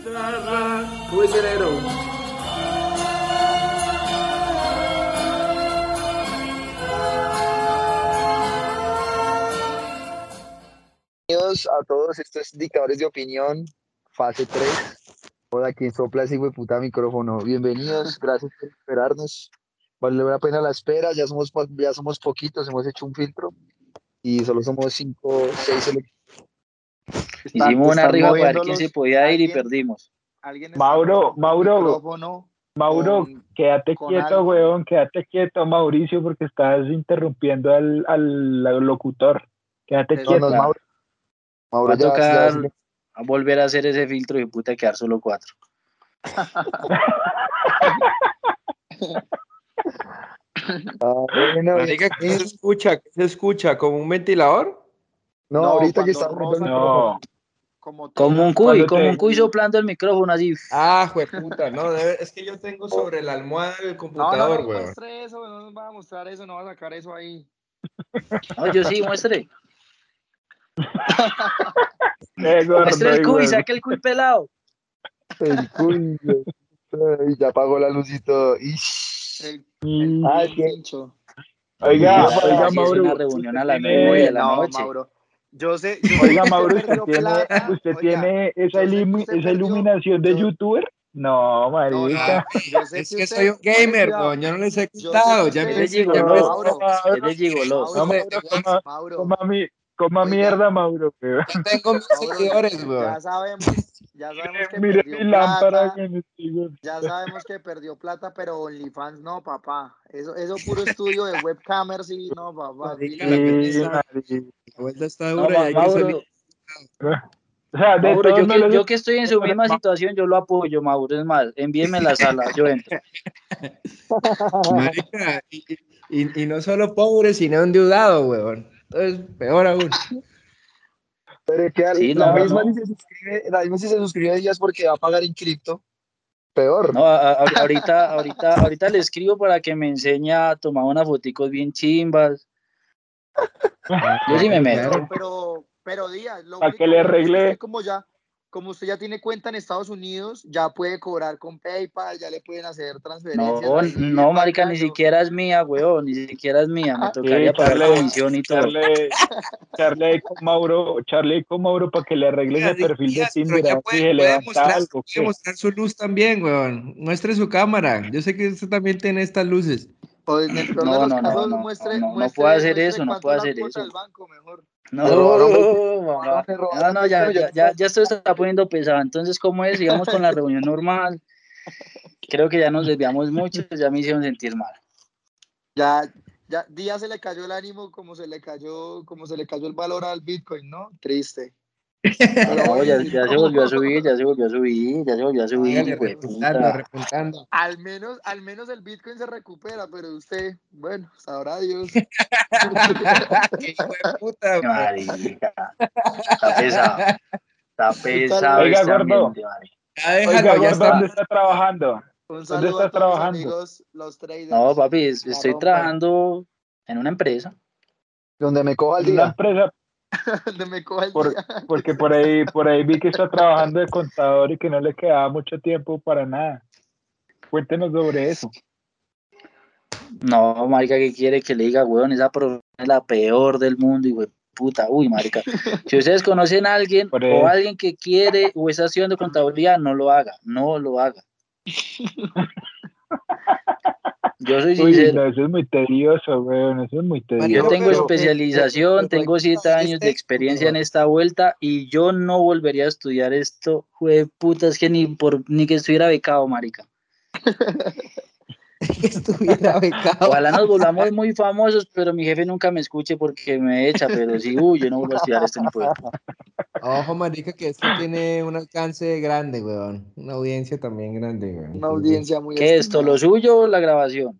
¿Cómo dice negro? Bienvenidos a todos, esto es Dictadores de Opinión, fase 3. Hola, quien sopla ese puta micrófono. Bienvenidos, gracias por esperarnos. Vale la pena la espera, ya somos poquitos, hemos hecho un filtro y solo somos 5, 6. Hicimos una Están rifa para ver quién moviéndolos. se podía ir y perdimos. Alguien está Mauro, moviendo el Mauro, micrófono Mauro, quédate con quieto, alguien. weón, quédate quieto, Mauricio, porque estás interrumpiendo al locutor. Quédate No, quieto. no es Mauro. Va Mauro a tocar volver a hacer ese filtro y puta quedar solo 4. Bueno, Marica, ¿qué se escucha? ¿Qué se escucha? ¿Como un ventilador? no, No, ahorita que cuando está moviendo el rozan micrófono. como Como un tela. cuy soplando el micrófono así. Ah, jueputa, no, es que yo tengo sobre la almohada del No computador, weón. muestre eso, no nos va a mostrar eso, no va a sacar eso ahí. No, yo sí, muestre. Gordo, Muestre el cuy, weón. saque el cuy pelado. El cuy, y ya apagó la luz y todo. El Ah, bien pincho. Oiga, Claro, oiga, así es una Mauro, reunión a las 9 de tiene, la No, noche. Mauro. Yo sé oiga, que Mauro, usted perdió plata. usted Oiga, tiene esa, yo sé que usted esa perdió. iluminación de youtuber. No, No, marica. yo sé Es que que usted. soy un Pone gamer, cuidado. weón, yo no les he Yo sé quitado, que ya Es usted. de empecé. gigolos. Mauro, Es de gigolos. No, Mauro, Mauro, Mauro. coma Oiga, mierda, Mauro, weón. Ya tengo 1000 Mauro, seguidores, weón. ya sabemos que Mire mi perdió lámpara plata. que me sigo. Ya sabemos que perdió plata, pero OnlyFans no, papá. Eso puro estudio de webcamers y no, papá. Marica, Pila. Sí, marica. la vuelta está No, dura y hay que salir. Mauro, O sea, de Mauro, todos no yo les... que estoy en su misma situación, yo lo apoyo, Mauro. Es más, envíenme la sala, yo entro. Marica, y no solo pobre, sino endeudado, weón. Entonces, peor aún. pero es que Sí, la no, misma no. si se suscribe, la misma si se suscribe a ellas porque va a pagar en cripto. Peor. No, ahorita le escribo para que me enseñe a tomar unas foticos bien chimbas. Yo sí me Claro, meto. claro. Pero Díaz, lo Para que único le bueno es que arregle... usted como usted ya tiene cuenta en Estados Unidos, ya puede cobrar con PayPal, ya le pueden hacer transferencias No, ahí bien no, marica, ni bacano. siquiera es mía, weón, ni siquiera es mía. Me Sí, tocaría pagar comisión y todo. Charle ahí con Mauro para que le arregle ese perfil de Díaz, pero Tinder, a ya ver si se levanta algo, puede ¿qué? mostrar su luz también, weón. Muestre su cámara. Yo sé que usted también tiene estas luces. O en el peor de No, los no, no, casos, no, no, no, no puedo hacer muestre eso, no cuánto puedo es la hacer cuota eso. del banco, mejor. No, Robaron, mamá. me No, robaron no, 20 ya, millones ya, de ya, ya esto se está poniendo pesado. Entonces, ¿cómo es? Sigamos con la reunión normal. Creo que ya nos desviamos mucho, ya me hicieron sentir mal. Ya Díaz se le cayó el ánimo como se le cayó el valor al Bitcoin, ¿no? Triste. Pero No, ya, bueno, ya se volvió a subir, ya se volvió a subir, ya se volvió a subir, Hágale hijo de repuntando, puta. repuntando. al menos el Bitcoin se recupera, pero usted, bueno, sabrá Dios. Qué hijo de puta, weón. Marica, está pesado. Está Un pesado saludo, Oiga, este gordo, ambiente, marica. Ya oiga, déjalo, ya gordo, está. ¿dónde está trabajando? un ¿Dónde saludo a estás todos mis trabajando? amigos, los No, traders. papi, La estoy rompan. trabajando en una empresa. Donde me coja el En una día. empresa, De me coja el día. porque por ahí vi que está trabajando de contador y que no le quedaba mucho tiempo para nada. Cuéntenos sobre eso. No, marica, ¿qué quiere que le diga, weón? Esa profesión es la peor del mundo, y puta, uy, marica. Si ustedes conocen a alguien Por o eso. alguien que quiere o está haciendo contabilidad, no lo haga, no lo haga. Yo soy Uy, sincero. no, eso es muy tedioso, weón, eso es muy Yo Marica, tedioso. tengo pero, especialización, pero hay tengo 7 años de contadores experiencia en técnicos, esta vuelta y yo no volvería a estudiar esto, puta, es que ni que estuviera becado, marica. que estuviera becado. Ojalá nos volvamos muy famosos, pero mi jefe nunca me escuche porque me echa, pero sí, uy, yo no vuelvo a estudiar esto ni puedo. Ojo, marica, que esto tiene un alcance grande, weón. Una audiencia también grande, weón. Una Entonces... audiencia muy ¿Qué es esto? ¿Lo estimada. suyo o la grabación?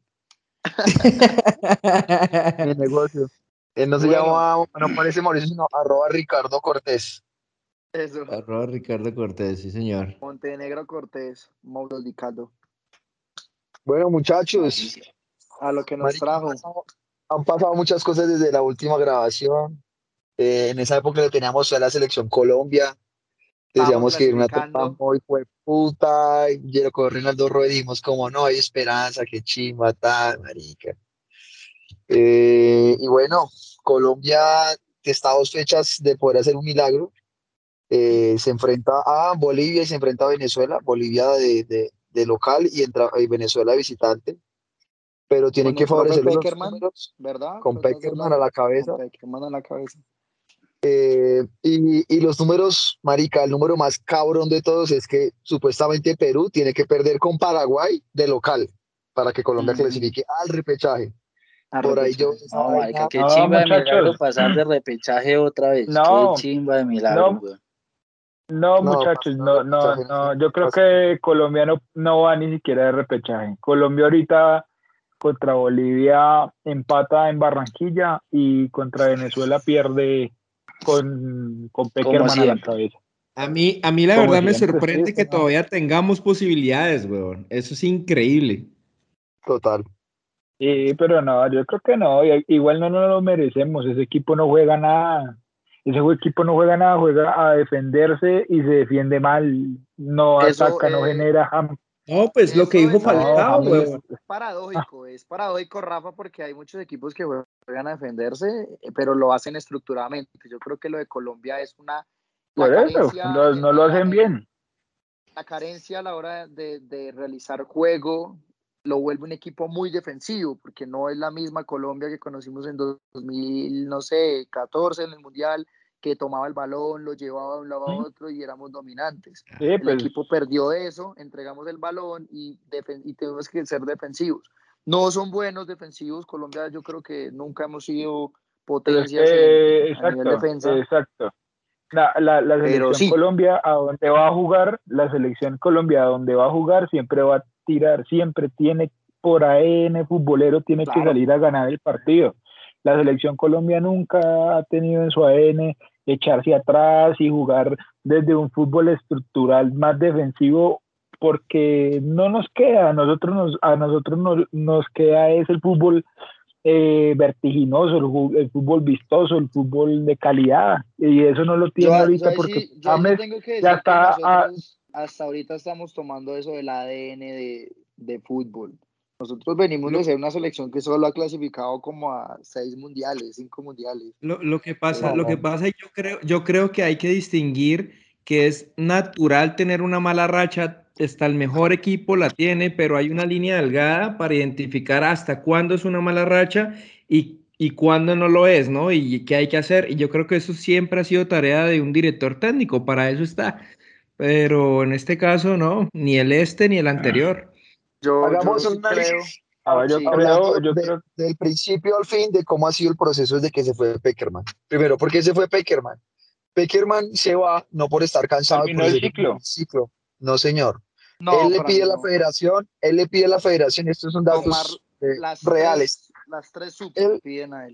Mi negocio. Él no se Bueno, llama, no parece Mauricio, sino @Ricardo Cortés. eso. Arroba Ricardo Cortés, sí, señor. Montenegro Cortés, Mauro Ricardo. Bueno, muchachos, Noticia. A lo que nos marica, trajo. han pasado muchas cosas desde la última grabación. En esa época le teníamos a la selección Colombia. estábamos Decíamos que era una temporada clasificando. muy puta, y llegó con Reinaldo Rueda y dijimos como no hay esperanza, qué chimba, tal, marica. Y bueno, Colombia, que está a 2 fechas de poder hacer un milagro, se enfrenta a Bolivia y se enfrenta a Venezuela, Bolivia de local y Venezuela de visitante, pero tienen Con que el profe favorecerle los Peckerman, números, ¿verdad? con Pues va a ser Peckerman a la con cabeza. Peckerman a la cabeza. Y los números, marica, el número más cabrón de todos es que supuestamente Perú tiene que perder con Paraguay de local para que Colombia Mm, clasifique al repechaje. A Por ahí yo repechaje. esa no, marica, vaina, qué No, chimba de milagro muchachos, pasar de repechaje otra vez. Qué no, chimba de milagro, no, güey. no, no, muchachos, pasar al no, no, repechaje no. no Yo creo pasa nada. que Colombia no va ni siquiera de repechaje. Colombia ahorita contra Bolivia empata en Barranquilla y contra Venezuela pierde con Como Peckerman a la siempre. cabeza. A mí la Como verdad me siempre, sí, sorprende que todavía tengamos posibilidades, weón. Eso es increíble. Total. sí, pero no, yo creo que no. Igual no nos lo merecemos. Ese equipo no juega nada. Equipo no juega nada, juega a defenderse y se defiende mal. No Eso, ataca, no genera. No, pues lo que eso dijo No, Falcao, es weón. es paradójico, Rafa, porque hay muchos equipos que juegan a defenderse, pero lo hacen estructuradamente. Yo creo que lo de Colombia es la por eso, carencia no lo hacen bien. la carencia a la hora de realizar juego lo vuelve un equipo muy defensivo, porque no es la misma Colombia que conocimos en 2000, no sé, 14 en el Mundial, que tomaba el balón, lo llevaba de un lado a otro y éramos dominantes. Sí, El pues equipo perdió eso, entregamos el balón y tenemos que ser defensivos. No son buenos defensivos, Colombia yo creo que nunca hemos sido pero es potencias que, a nivel exacto, defensa, exacto. La pero selección sí, Colombia a donde va a jugar, la selección Colombia a donde va a jugar siempre va a tirar, siempre tiene por AN futbolero, tiene que claro. salir a ganar el partido. La selección Colombia nunca ha tenido en su AN echarse atrás y jugar desde un fútbol estructural más defensivo porque no nos queda, a nosotros nos queda es el fútbol vertiginoso, el fútbol vistoso, el fútbol de calidad, y eso no lo tiene ahorita porque Yo ahí sí James tengo que ya decir que está nosotros hasta ahorita estamos tomando eso del ADN de fútbol. Nosotros venimos de Lo, ser una selección que solo ha clasificado como a 6 mundiales, 5 mundiales. lo que no, pasa, y yo creo que hay que distinguir que es natural tener una mala racha, hasta el mejor equipo la tiene, pero hay una línea delgada para identificar hasta cuándo es una mala racha y cuándo no lo es, ¿no? Y qué hay que hacer. Y yo creo que eso siempre ha sido tarea de un director técnico, para eso está. Pero en este caso, no, ni el este ni el anterior. Hagamos Yo un sí creo, análisis sí, hablando yo creo, del principio al fin de cómo ha sido el proceso desde que se fue Peckerman. Primero, ¿por qué se fue Peckerman? Peckerman se va no por estar cansado y terminó por el decir que ciclo. el ciclo. No, señor. no, para mí no. Él le pide a la federación, estos son Tomar datos reales. las tres sub le Él, piden a él.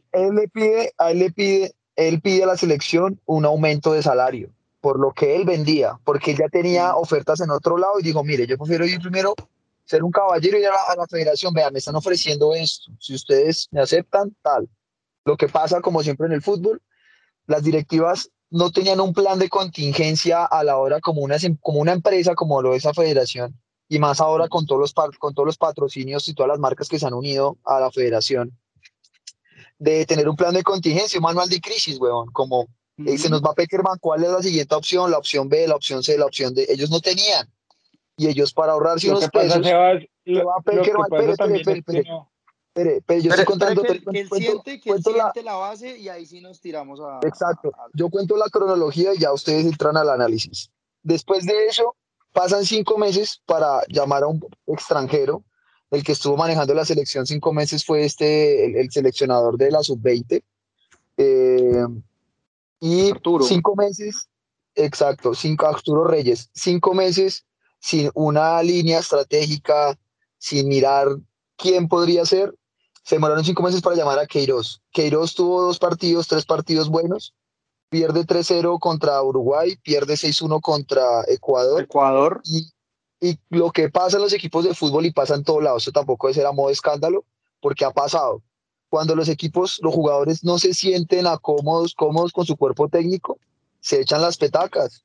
él pide a la selección un aumento de salario por lo que él vendía, porque él ya tenía Sí, ofertas en otro lado y dijo, mire, yo prefiero ir primero, ser un caballero y ir a la federación, vean, me están ofreciendo esto, si ustedes me aceptan, tal. Lo que pasa, como siempre en el fútbol, las directivas no tenían un plan de contingencia a la hora como una empresa como lo es la federación y más ahora con con todos los patrocinios y todas las marcas que se han unido a la federación de tener un plan de contingencia, un manual de crisis, weón, como se nos va Peckerman, ¿cuál es la siguiente opción? La opción B, la opción C, la opción D. Ellos no tenían. Y ellos para ahorrarse Lo unos que pasa, pesos, Sebas, se va lo que Peckerman, pasa también es que espere, no. yo estoy Espere contando, que él siente, cuento la, la base y ahí sí nos tiramos exacto, yo cuento la cronología y ya ustedes entran al análisis. Después de eso, pasan 5 meses para llamar a un extranjero. El que estuvo manejando la selección 5 meses fue el seleccionador de la sub-20. Eh, y Arturo. 5 meses, exacto, Arturo Reyes, 5 meses sin una línea estratégica, sin mirar quién podría ser. Se demoraron 5 meses para llamar a Queiroz. Queiroz tuvo 2 partidos, 3 partidos buenos, pierde 3-0 contra Uruguay, pierde 6-1 contra Ecuador. Ecuador. Y lo que pasa en los equipos de fútbol y pasa en todos lados, eso tampoco es ser a modo de escándalo, porque ha pasado. Cuando los equipos, los jugadores no se sienten cómodos con su cuerpo técnico, se echan las petacas.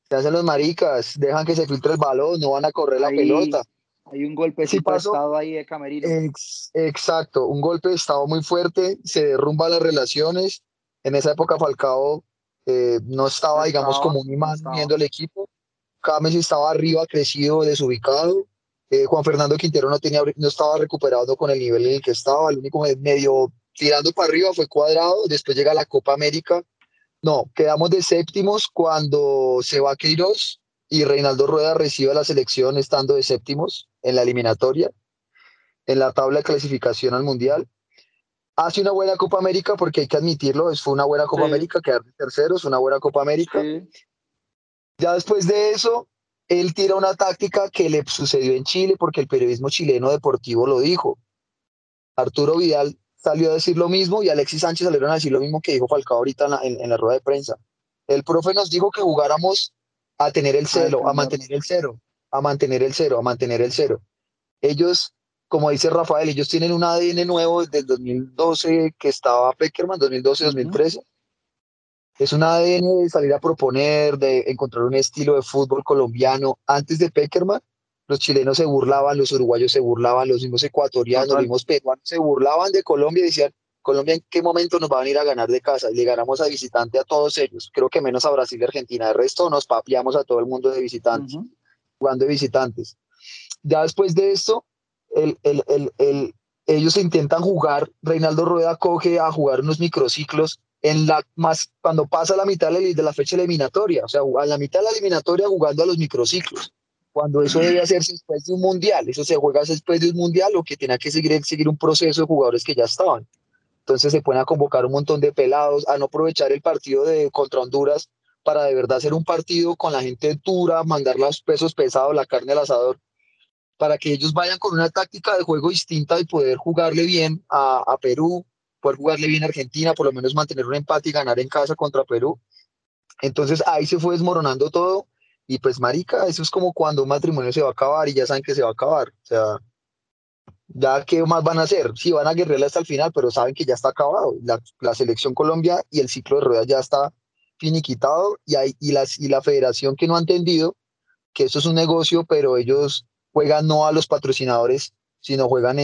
Se hacen los maricas, dejan que se filtre el balón, no van a correr la Ahí pelota. hay un Sí golpecito de pasó, estado ahí de camerino. exacto, un golpe de estado muy fuerte, se derrumban las relaciones. En esa época Falcao no No estaba, digamos, como estaba, un no imán estaba. uniendo el equipo. James estaba arriba, crecido, desubicado. Juan Fernando Quintero no estaba recuperado con el nivel en el que estaba. El único medio tirando para arriba fue Cuadrado. Después llega la Copa América. No, quedamos de séptimos cuando se va Queiroz y Reinaldo Rueda recibe a la selección estando de séptimos en la eliminatoria, en la tabla de clasificación al Mundial. Hace una buena Copa América porque hay que admitirlo, fue una buena Copa Sí, América, quedar de terceros, una buena Copa América. sí. Ya después de eso, él tira una táctica que le sucedió en Chile porque el periodismo chileno deportivo lo dijo. Arturo Vidal salió a decir lo mismo y Alexis Sánchez salieron a decir lo mismo que dijo Falcao ahorita en la rueda de prensa. El profe nos dijo que jugáramos a tener el A cero, a mantener el defendernos. cero, a mantener el cero, a mantener el cero. Ellos, como dice Rafael, ellos tienen un ADN nuevo desde el 2012 que estaba Peckerman, Ujú. 2012-2013. Es un ADN de salir a proponer, de encontrar un estilo de fútbol colombiano. Antes de Peckerman, los chilenos se burlaban, los uruguayos se burlaban, los mismos ecuatorianos, los Total. mismos peruanos se burlaban de Colombia y decían, Colombia, ¿en qué momento nos van a ir a ganar de casa? Y le ganamos a visitante a todos ellos. Creo que menos a Brasil y Argentina. De resto, nos papiamos a todo el mundo de visitantes, Ujú. jugando de visitantes. Ya después de esto, ellos intentan jugar, Reinaldo Rueda coge a jugar unos microciclos cuando pasa la mitad de la fecha eliminatoria, o sea, a la mitad de la eliminatoria jugando a los microciclos, cuando eso debe hacerse después de un mundial, eso se juega después de un mundial, lo que tenía que seguir un proceso de jugadores que ya estaban. Entonces se pone a convocar un montón de pelados, a no aprovechar el partido contra Honduras para de verdad hacer un partido con la gente dura, mandar los pesos pesados, la carne al asador para que ellos vayan con una táctica de juego distinta y poder jugarle bien a Perú, poder jugarle bien a Argentina, por lo menos mantener un empate y ganar en casa contra Perú. Entonces ahí se fue desmoronando todo y pues marica, eso es como cuando un matrimonio se va a acabar y ya saben que se va a acabar. O sea, ya qué más van a hacer. Sí, van a guerrear hasta el final, pero saben que ya está acabado. La selección Colombia y el ciclo de ruedas ya está finiquitado y la federación que no ha entendido que eso es un negocio, pero ellos juegan no a los patrocinadores, sino juegan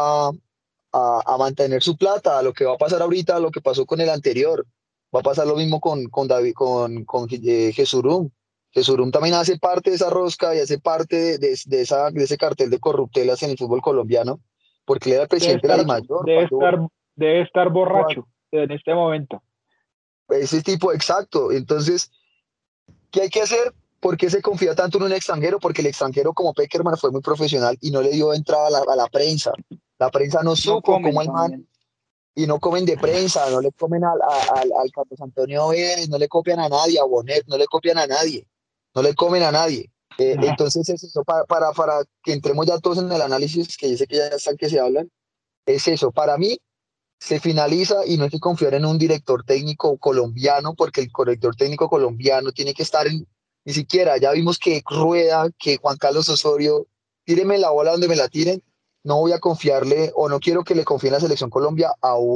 a mantener su plata, a lo que va a pasar ahorita, a lo que pasó con el anterior. Va a pasar lo mismo con David, con Jesurum. Jesurum también hace parte de esa rosca y hace parte de ese cartel de corruptelas en el fútbol colombiano, porque él era el Debe presidente de la estar, DIMAYOR, debe estar, debe estar cuando borracho en este momento. ese tipo, exacto. Entonces, ¿qué hay que hacer? ¿Por qué se confía tanto en un extranjero? Porque el extranjero como Peckerman fue muy profesional y no le dio entrada a la prensa. La prensa no No supo cómo comen el man, también. y no comen de prensa, no le comen al Carlos Antonio Vélez, no le copian a nadie, a Bonet, no le copian a nadie, no le comen a nadie. Entonces es eso, para que entremos ya todos en el análisis, que dice que ya están que se hablan, es eso. Para mí, se finaliza y no hay que confiar en un director técnico colombiano porque el director técnico colombiano tiene que estar ni siquiera, ya vimos que Rueda, que Juan Carlos Osorio, tírenme la bola donde me la tiren, no voy a confiarle o no quiero que le confíe la selección Colombia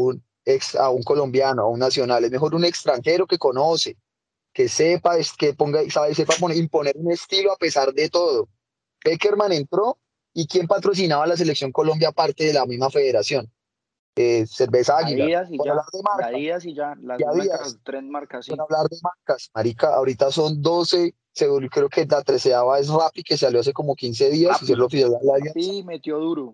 a un colombiano, a un nacional, es mejor un extranjero que conoce, que sepa, que ponga, sabe, sepa imponer un estilo a pesar de todo. Peckerman entró y ¿quién patrocinaba la selección Colombia aparte de la misma federación? Cerveza Águila, Adidas y por hablar ya. de La marcas, Adidas y ya. Las y únicas Adidas, 3 marcas, por sí. hablar de marcas, marica, ahorita son 12, creo que la treceava es Rappi, que salió hace como 15 días, y se Rappi. lo oficial la alianza, Rappi metió duro.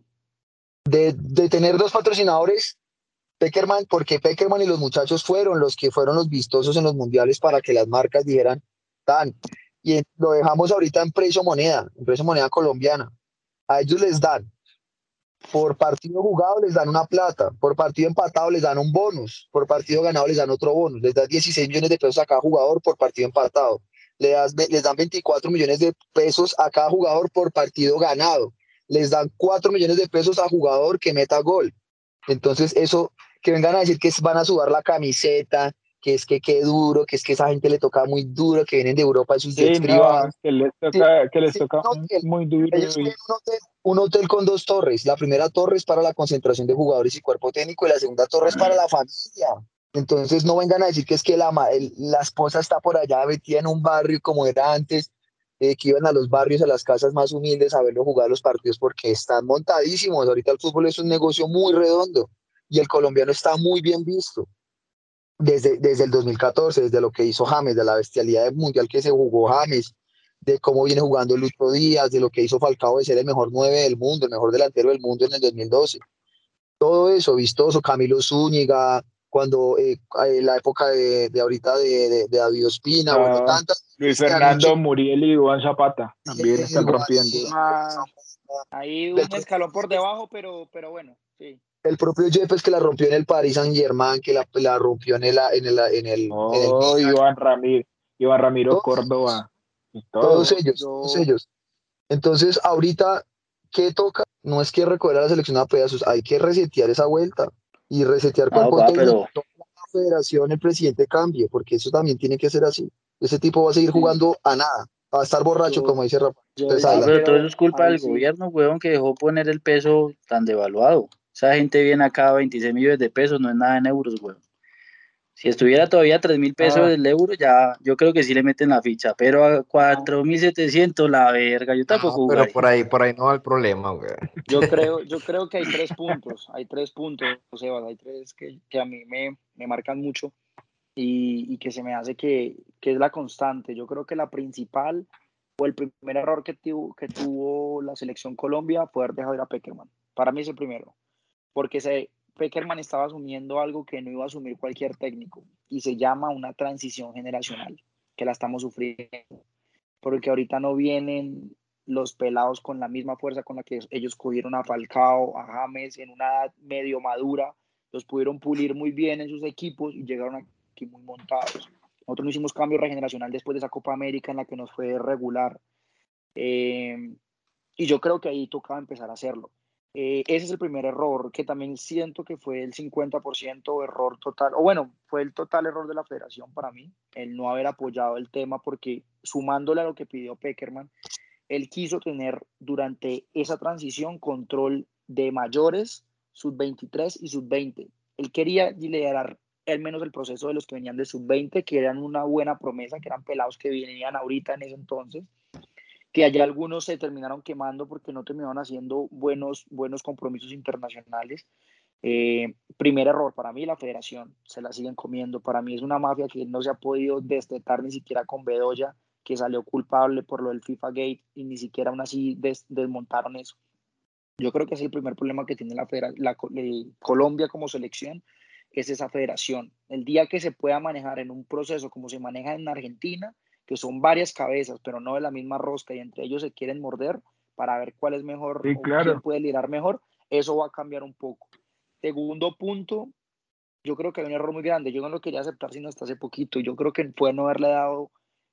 de tener dos patrocinadores, Peckerman, porque Peckerman y los muchachos fueron los que fueron los vistosos en los mundiales para que las marcas dijeran, tan, lo dejamos ahorita en precio moneda colombiana, a ellos les dan por partido jugado les dan una plata, por partido empatado les dan un bonus, por partido ganado les dan otro bonus, les dan 16 millones de pesos a cada jugador por partido empatado, les dan 24 millones de pesos a cada jugador por partido ganado, les dan 4 millones de pesos a jugador que meta gol. Entonces eso, que vengan a decir que van a sudar la camiseta, que es que qué duro, que es que esa gente le toca muy duro, que vienen de Europa en sus jets Sí, no, privados. Sí, que les sí, toca un hotel. muy duro Ellos tienen un hotel con dos torres. La primera torre es para la concentración de jugadores y cuerpo técnico y la segunda torre es para la familia. Entonces no vengan a decir que es que la esposa está por allá metida en un barrio como era antes, que iban a los barrios, a las casas más humildes a verlo jugar los partidos porque están montadísimos. Ahorita el fútbol es un negocio muy redondo y el colombiano está muy bien visto. Desde el 2014, desde lo que hizo James, de la bestialidad del mundial que se jugó James, de cómo viene jugando Lucho Díaz, de lo que hizo Falcao de ser el mejor 9 del mundo, el mejor delantero del mundo en el 2012. Todo eso, vistoso, Camilo Zúñiga, cuando la época de ahorita de David Ospina, bueno, Ah, tantas Luis que han hecho Fernando Muriel y Iván Zapata también están rompiendo. Ah, ahí del un escalón por debajo, pero bueno, sí. el propio Yepes que la rompió en el Paris Saint-Germain, que la rompió en el Oh, Milan, Iván Ramiro todos Córdoba y todos todo. ellos, todos Yo, ellos. Entonces, ahorita, ¿qué toca? No es que recoger a la selección a pedazos, hay que resetear esa vuelta y resetear No, cuerpo pa, técnico. pero Toda la federación, el presidente cambie, porque eso también tiene que ser así. Ese tipo va a seguir sí, jugando a nada, va a estar borracho, yo, como dice Rafa. yo Usted ahí sí Ah, sabe. pero todo eso creo, es culpa ahí del sí. gobierno, weón, que dejó poner el peso tan devaluado. Esa gente viene acá a 26 millones de pesos, no es nada en euros, weón. Si estuviera todavía a 3.000 pesos Ah, el euro, ya yo creo que sí le meten la ficha, pero a No, 4.700 la verga, yo No, tampoco pero jugaría. por ahí no va el problema, güey. yo creo que hay tres puntos, Sebas, hay tres que a mí me marcan mucho y que se me hace que es la constante. Yo creo que la principal o el primer error que tuvo la selección Colombia fue haber dejado ir a Peckerman. Para mí es el primero, porque Peckerman estaba asumiendo algo que no iba a asumir cualquier técnico y se llama una transición generacional, que la estamos sufriendo, porque ahorita no vienen los pelados con la misma fuerza con la que ellos cogieron a Falcao, a James en una edad medio madura, los pudieron pulir muy bien en sus equipos y llegaron aquí muy montados. Nosotros no hicimos cambio regeneracional después de esa Copa América en la que nos fue regular. Eh, y yo creo que ahí tocaba empezar a hacerlo. Ese es el primer error, que también siento que fue el 50% error total, o bueno, fue el total error de la federación para mí, el no haber apoyado el tema, porque sumándole a lo que pidió Peckerman, él quiso tener durante esa transición control de mayores, sub-23 y sub-20. Él quería liderar al menos el proceso de los que venían de sub-20, que eran una buena promesa, que eran pelados que venían ahorita en ese entonces, que allá algunos se terminaron quemando porque no terminaron haciendo buenos compromisos internacionales. Primer error, para mí la federación se la siguen comiendo. Para mí es una mafia que no se ha podido destetar ni siquiera con Bedoya, que salió culpable por lo del FIFA Gate y ni siquiera aún así desmontaron eso. Yo creo que es el primer problema que tiene Colombia como selección, es esa federación. El día que se pueda manejar en un proceso como se maneja en Argentina, que son varias cabezas, pero no de la misma rosca y entre ellos se quieren morder para ver cuál es mejor sí, o quién claro. puede liderar mejor, eso va a cambiar un poco. Segundo punto, yo creo que hay un error muy grande. Yo no lo quería aceptar sino hasta hace poquito. Yo creo que fue no haberle dado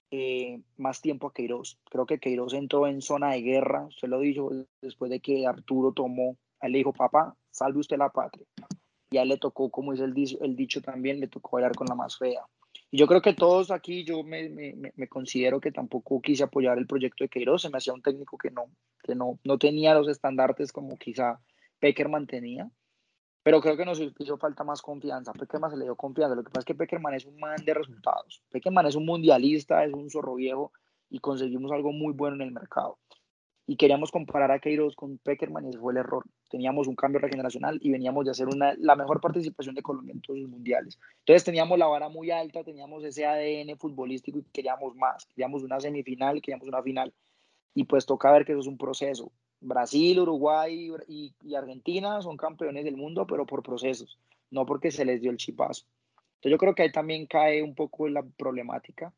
más tiempo a Queiroz. Creo que Queiroz entró en zona de guerra, se lo dijo después de que Arturo tomó, a él le dijo, papá, salve usted la patria. Y a él le tocó, como dice el dicho también, le tocó bailar con la más fea. Y yo creo que todos aquí, yo me considero que tampoco quise apoyar el proyecto de Queiroz, se me hacía un técnico que no tenía los estandartes como quizá Peckerman tenía. Pero creo que nos hizo falta más confianza. Peckerman se le dio confianza. Lo que pasa es que Peckerman es un man de resultados. Peckerman es un mundialista, es un zorro viejo y conseguimos algo muy bueno en el mercado. Y queríamos comparar a Queiroz con Peckerman y ese fue el error. Teníamos un cambio regeneracional y veníamos de hacer la mejor participación de Colombia en todos los mundiales. Entonces teníamos la vara muy alta, teníamos ese ADN futbolístico y queríamos más. Queríamos una semifinal, queríamos una final. Y pues toca ver que eso es un proceso. Brasil, Uruguay y Argentina son campeones del mundo, pero por procesos, no porque se les dio el chipazo. Entonces yo creo que ahí también cae un poco la problemática.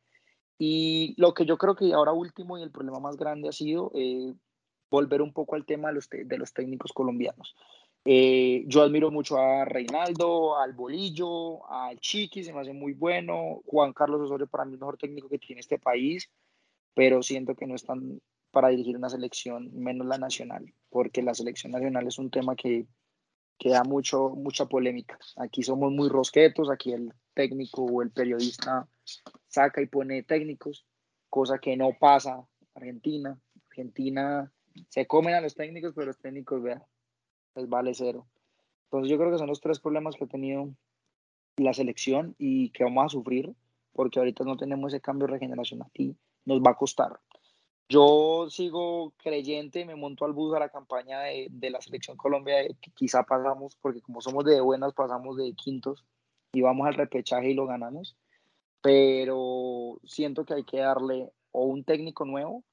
Y lo que yo creo que ahora último y el problema más grande ha sido volver un poco al tema de los técnicos colombianos. Yo admiro mucho a Reinaldo, al Bolillo, al Chiqui, se me hace muy bueno. Juan Carlos Osorio para mí es el mejor técnico que tiene este país, pero siento que no están para dirigir una selección, menos la nacional, porque la selección nacional es un tema que da mucha polémica. Aquí somos muy rosquetos, aquí el técnico o el periodista saca y pone técnicos, cosa que no pasa en Argentina. Argentina se comen a los técnicos, pero los técnicos, vean, les vale cero. Entonces yo creo que son los tres problemas que ha tenido la selección y que vamos a sufrir porque ahorita no tenemos ese cambio regeneracional y nos va a costar. Yo sigo creyente, me monto al bus a la campaña de la selección Colombia, que quizá pasamos, porque como somos de buenas, pasamos de quintos y vamos al repechaje y lo ganamos, pero siento que hay que darle o un técnico nuevo,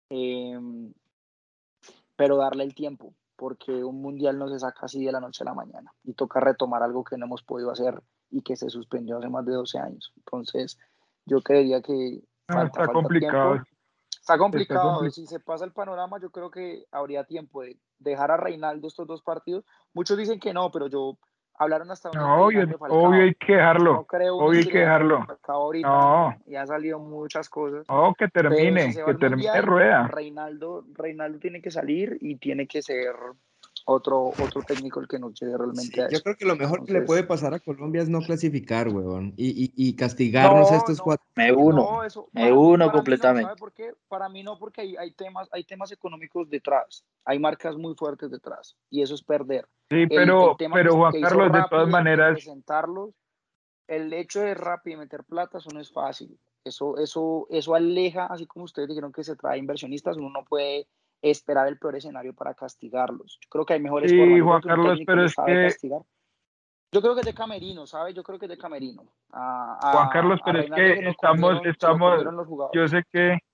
pero darle el tiempo, porque un mundial no se saca así de la noche a la mañana y toca retomar algo que no hemos podido hacer y que se suspendió hace más de 12 años. Entonces, yo creería que Está falta complicado. tiempo. Está Está complicado. complicado. Si se pasa el panorama, yo creo que habría tiempo de dejar a Reinaldo estos 2 partidos. Muchos dicen que no, pero hablaron hasta un No, obvio, interinato de obvio hay Falcao. que Yo dejarlo. no creo un Obvio hay que interinato de dejarlo. Falcao ahorita No, y ha salido muchas cosas. no, Pero si se va que al termine mundial, rueda. Reinaldo tiene que salir y tiene que ser otro técnico el que nos lleve realmente Sí, a yo eso. creo que lo mejor que le puede Entonces, pasar a Colombia es no clasificar, huevón, y castigarnos no, estos no, 4. Me uno, no, eso me uno para mí no, ¿sabe completamente. por qué? Para mí no, porque hay temas económicos detrás, hay marcas muy fuertes detrás y eso es perder. Sí, El tema pero Juan que hizo Carlos, de Rappi todas de maneras, presentarlos, el hecho de Rappi meter plata, eso no es fácil. Eso aleja, así como ustedes dijeron que se trae inversionistas, uno no puede esperar el peor escenario para castigarlos. Yo creo que hay mejores sí, formas. Yo creo Juan que un Carlos, técnico pero los es sabe que, castigar. Yo creo que es de camerino, ¿sabes? Yo creo que es de camerino. Juan Carlos, A pero es Reinaldo que se lo comieron los yo jugadores. sé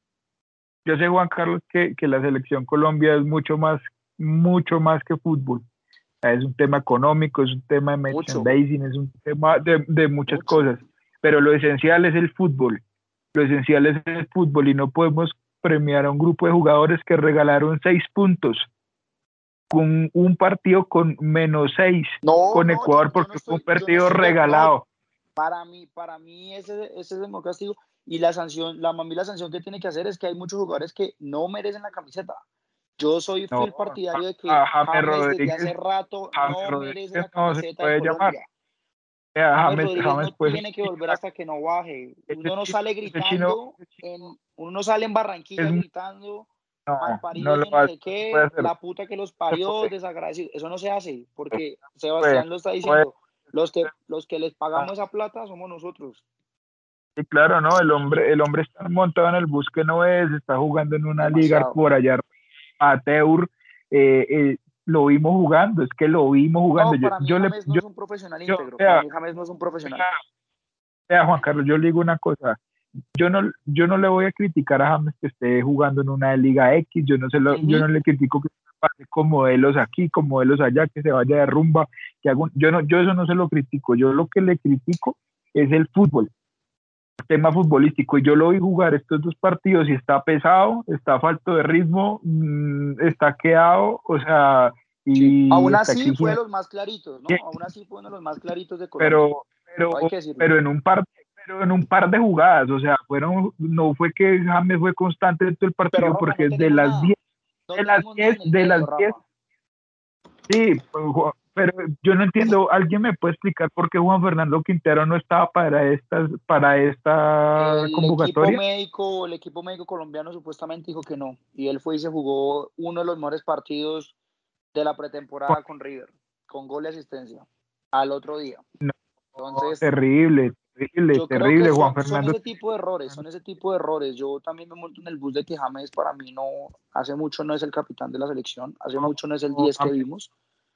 yo sé, Juan Carlos, que la selección Colombia es mucho más que fútbol. Es un tema económico, es un tema de Mucho, merchandising, es un tema de muchas mucho. cosas, pero lo esencial es el fútbol. Lo esencial es el fútbol y no podemos premiar a un grupo de jugadores que regalaron 6 puntos con un partido con -6 No, con no, Ecuador yo no porque fue un estoy, partido no, regalado. para mí ese es el mejor castigo. Y mami, la sanción que tiene que hacer es que hay muchos jugadores que no merecen la camiseta. Yo soy No, fiel partidario de que a James desde hace rato James no merece Rodríguez la no se camiseta de puede llamar. Colombia. James Rodríguez James no pues tiene que volver hasta que no baje. ese chino, ese chino, Uno no sale en es Barranquilla gritando no malparidos, lo yo no sé hace, no se puede qué, hacer, la puta que los se parió, puede, desagradecidos. Eso no se hace, porque puede, Sebastián lo está puede, diciendo. Los que les no. pagamos esa plata somos nosotros. Sí, claro, no, el hombre está montado en el bus que no es, está jugando en una liga Demasiado. por allá, amateur, lo vimos jugando, es que lo vimos jugando. No, para mí James no es un profesional íntegro. Para Vea, mí James no es un profesional. Juan Carlos, yo le digo una cosa, yo no le voy a criticar a James que esté jugando en una Liga X, yo no le critico que pase con modelos aquí, con modelos allá, que se vaya de rumba, yo eso no se lo critico, yo lo que le critico es el fútbol, el tema futbolístico, y yo lo vi jugar estos 2 partidos y está pesado, está falto de ritmo, está quedado, o sea, Sí. y Aún está así fue de exigiendo, los más claritos, ¿no? Aún así fue uno de los más claritos de Colombia. pero, Hay pero, que decirlo. pero en un par de jugadas, o sea, no fue que James fue constante en todo el Pero partido, Rafa, porque de las 10, no tenemos nada en el de medio, las 10, Rafa. sí, pero yo no entiendo, ¿alguien me puede explicar por qué Juan Fernando Quintero no estaba para esta convocatoria? El equipo médico colombiano supuestamente dijo que no. Y él fue y se jugó uno de los mejores partidos de la pretemporada con River, con gol y asistencia, al otro día. No, Entonces, terrible, yo creo que terrible, Juan Fernando. son ese tipo de errores. Yo también me monto en el bus de que James para mí hace mucho no es el capitán de la selección, hace No, mucho no es el 10 que vimos.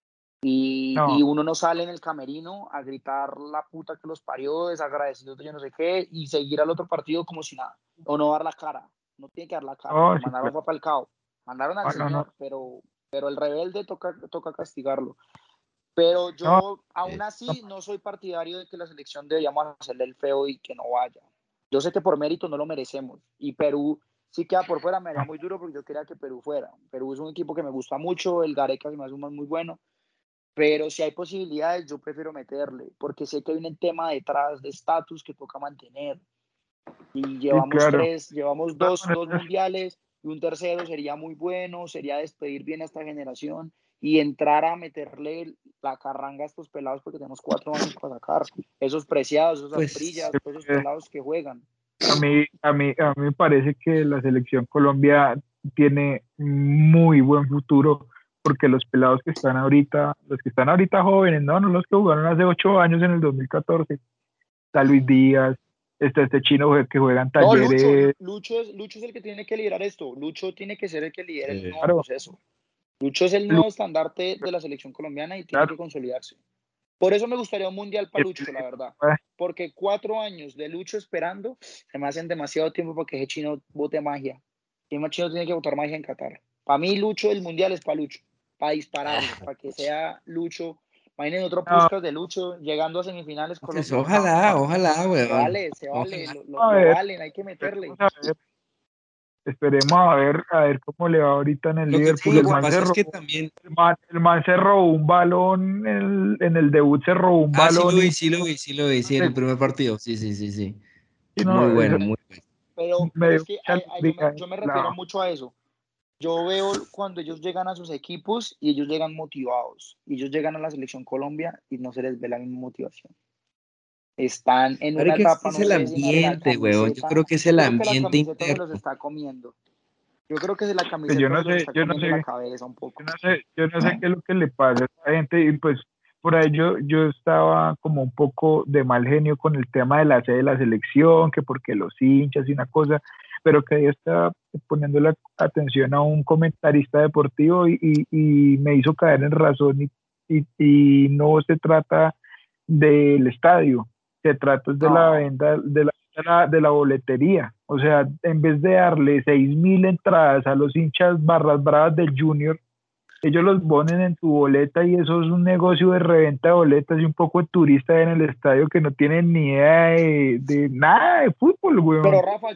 Y no, uno no sale en el camerino a gritar la puta que los parió, desagradecidos de yo no sé qué, y seguir al otro partido como si nada, o no dar la cara, no tiene que dar la cara, no, sí, mandaron claro. fue para el cao, mandaron al No, no, señor, pero el rebelde toca castigarlo. Pero no, yo aún No, así no soy partidario de que la selección deberíamos hacerle el feo y que no vaya. Yo sé que por mérito no lo merecemos, y Perú sí queda por fuera, me haría muy duro porque yo quería que Perú fuera. Perú es un equipo que me gusta mucho, el Gareca se me hace un man muy bueno, pero si hay posibilidades, yo prefiero meterle, porque sé que hay un tema detrás de estatus que toca mantener. Y sí, claro. llevamos De todas dos maneras, mundiales y un tercero sería muy bueno, sería despedir bien a esta generación y entrar a meterle la carranga a estos pelados porque tenemos 4 años para sacar. Esos preciados, esos pues asprillas, todos esos eh, pelados que juegan. a mí me parece que la selección Colombia tiene muy buen futuro porque los pelados que están ahorita, los que están ahorita jóvenes, no los que jugaron hace 8 años en el 2014, está Luis Díaz, está este chino que juega en No, Lucho, Talleres, Lucho es el que tiene que liderar esto. Lucho tiene que ser el que lidere el nuevo claro, proceso. Lucho es el Lu- nuevo estandarte de la selección colombiana y tiene claro, que consolidarse. Por eso me gustaría un mundial para Lucho, la verdad. Porque 4 años de Lucho esperando se me hacen demasiado tiempo para que ese chino bote magia. El chino tiene que botar magia en Qatar. Para mí, Lucho, el mundial es para Lucho. Para dispararle, para que sea Lucho. Imaginen otro no, Puskás de Lucho llegando a semifinales Pues Colombia. ojalá, Se weón. vale, Ojalá. a lo ver, valen, hay que meterle. esperemos a ver cómo le va ahorita en el Lo que Liverpool. sí, El lo que man se pasa es que robó, también. el man se robó un balón en el debut, se robó un Ah, sí balón lo vi, y sí lo vi, sí lo vi, sí, en el primer partido. Sí. y no, Muy eso bueno, muy bueno. me Pero dio es que mucha alegría. yo me refiero mucho a eso. Yo veo cuando ellos llegan a sus equipos y ellos llegan motivados. Y ellos llegan a la selección Colombia y no se les ve la misma motivación. Están en una Marica, es que etapa, es no el sé si es que la ambiente, weón. Yo camiseta, creo que es el yo creo que la ambiente camiseta se los interno. está comiendo. Yo creo que la Pues yo camiseta no se los sé, está yo no comiendo la sé, cabeza un poco. yo no sé qué es lo que le pasa a esta gente y pues por ahí yo estaba como un poco de mal genio con el tema de la sede de la selección, que porque los hinchas y una cosa, pero que yo estaba poniendo la atención a un comentarista deportivo y me hizo caer en razón y no se trata del estadio, se trata de la No, venta de la boletería. O sea, en vez de darle 6.000 entradas a los hinchas barras bravas del Junior, ellos los ponen en tu boleta y eso es un negocio de reventa de boletas y un poco de turista en el estadio que no tienen ni idea de nada de fútbol, pero weón. Rafa,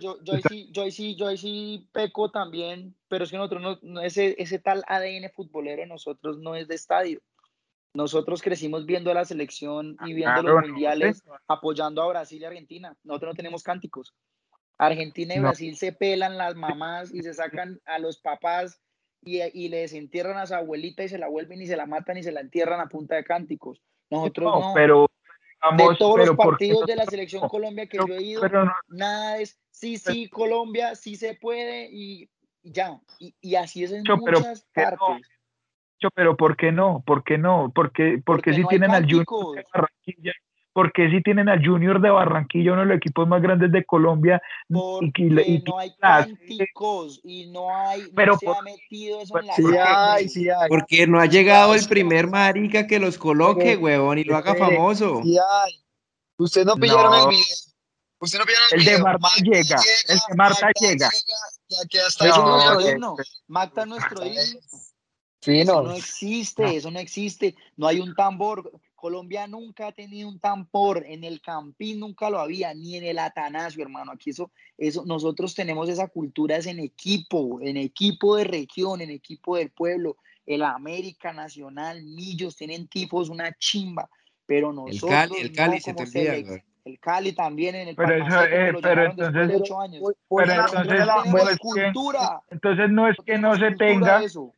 yo ahí sí peco también, pero es que nosotros ese tal ADN futbolero de nosotros no es de estadio. Nosotros crecimos viendo a la selección y viendo los Claro, no sé. mundiales, apoyando a Brasil y Argentina. Nosotros no tenemos cánticos. Argentina y No, Brasil se pelan las mamás y se sacan a los papás y le desentierran a su abuelita y se la vuelven y se la matan y se la entierran a punta de cánticos. Nosotros no, no. pero De vamos, todos los pero ¿por qué partidos no? de la selección Colombia que Pero, yo he ido, pero no, nada es sí, Colombia, sí se puede y ya. Y así es en pero ¿por muchas qué no? partes, Pero ¿por qué no? ¿Por qué no? Porque porque si no hay tienen al Junior de cánticos. Barranquilla, porque si tienen al Junior de Barranquilla, uno de los equipos más grandes de Colombia, Porque y no hay las, cánticos y no pero se ha metido eso en la Sí porque, hay, sangre. sí hay, Porque no ha sí llegado hay, el primer marica que los coloque, pero weón, y lo haga espere, famoso. sí hay. Ustedes no pillaron el no, video. Ustedes no pillaron el el de video. Marta llega, el de Marta llega, Ya queda hasta Eso es no, nuestro Junior. himno. Magda es nuestro himno. Eso no Finos. existe, eso no existe. No hay un tambor. Colombia nunca ha tenido un tambor. En el Campín nunca lo había, ni en el Atanasio, hermano. Aquí nosotros tenemos esa cultura, es en equipo de región, en equipo del pueblo. El América Nacional, Millos, tienen tipos, una chimba. Pero nosotros El Cali no se te como olvida, selección. weón. El Cali también en el pero eso, Palmaseca, que lo pero llamaron después entonces, de Pero 8 años. voy pero a la, Nosotros voy entonces a no la, no voy a tenemos es la- que, cultura. entonces no es No que no tenemos se cultura de tenga, eso.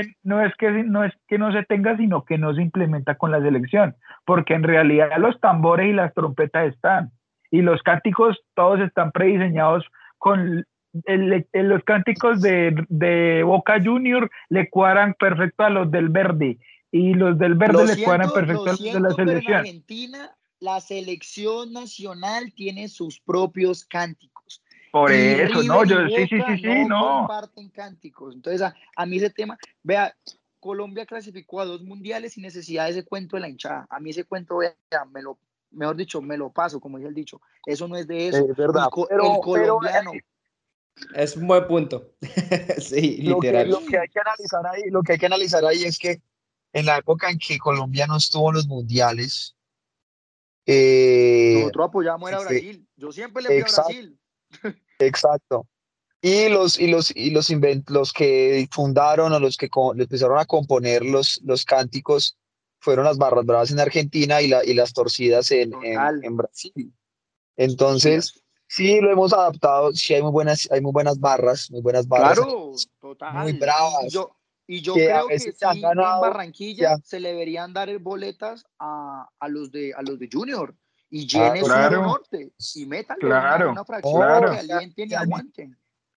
no se tenga, sino que no se implementa con la selección, porque en realidad los tambores y las trompetas están, y los cánticos todos están prediseñados con los cánticos de Boca Junior le cuadran perfecto a los del Verde, y los del Verde le cuadran Lo perfecto a los de la siento, pero en selección. Argentina la selección nacional tiene sus propios cánticos Por y eso, no, River y sí, Boca sí, no no. comparten cánticos. Entonces, a mí ese tema, vea, Colombia clasificó a 2 mundiales sin necesidad de ese cuento de la hinchada. A mí ese cuento, vea, mejor dicho, me lo paso, como dice el dicho. Eso no es de eso. Es verdad. El Pero colombiano, Es un buen punto. Sí, literal. lo que hay que analizar ahí, lo que hay que analizar ahí es que en la época en que Colombia no estuvo en los mundiales, eh, nosotros apoyamos era a este, Brasil. Yo siempre le fui a exacto, Brasil. exacto. Los que fundaron o los que le empezaron a componer los cánticos fueron las barras bravas en Argentina y las torcidas Total. en Brasil. Sí, Entonces, sí lo hemos adaptado, sí hay muy buenas barras, claro, muy total. bravas, Y yo que a creo que veces se han sí, en ganado, Barranquilla se le deberían dar boletas a los de Junior y llene claro, Sur y Claro, Norte y métanle claro, una fracción para no, que alienten y se han aguanten.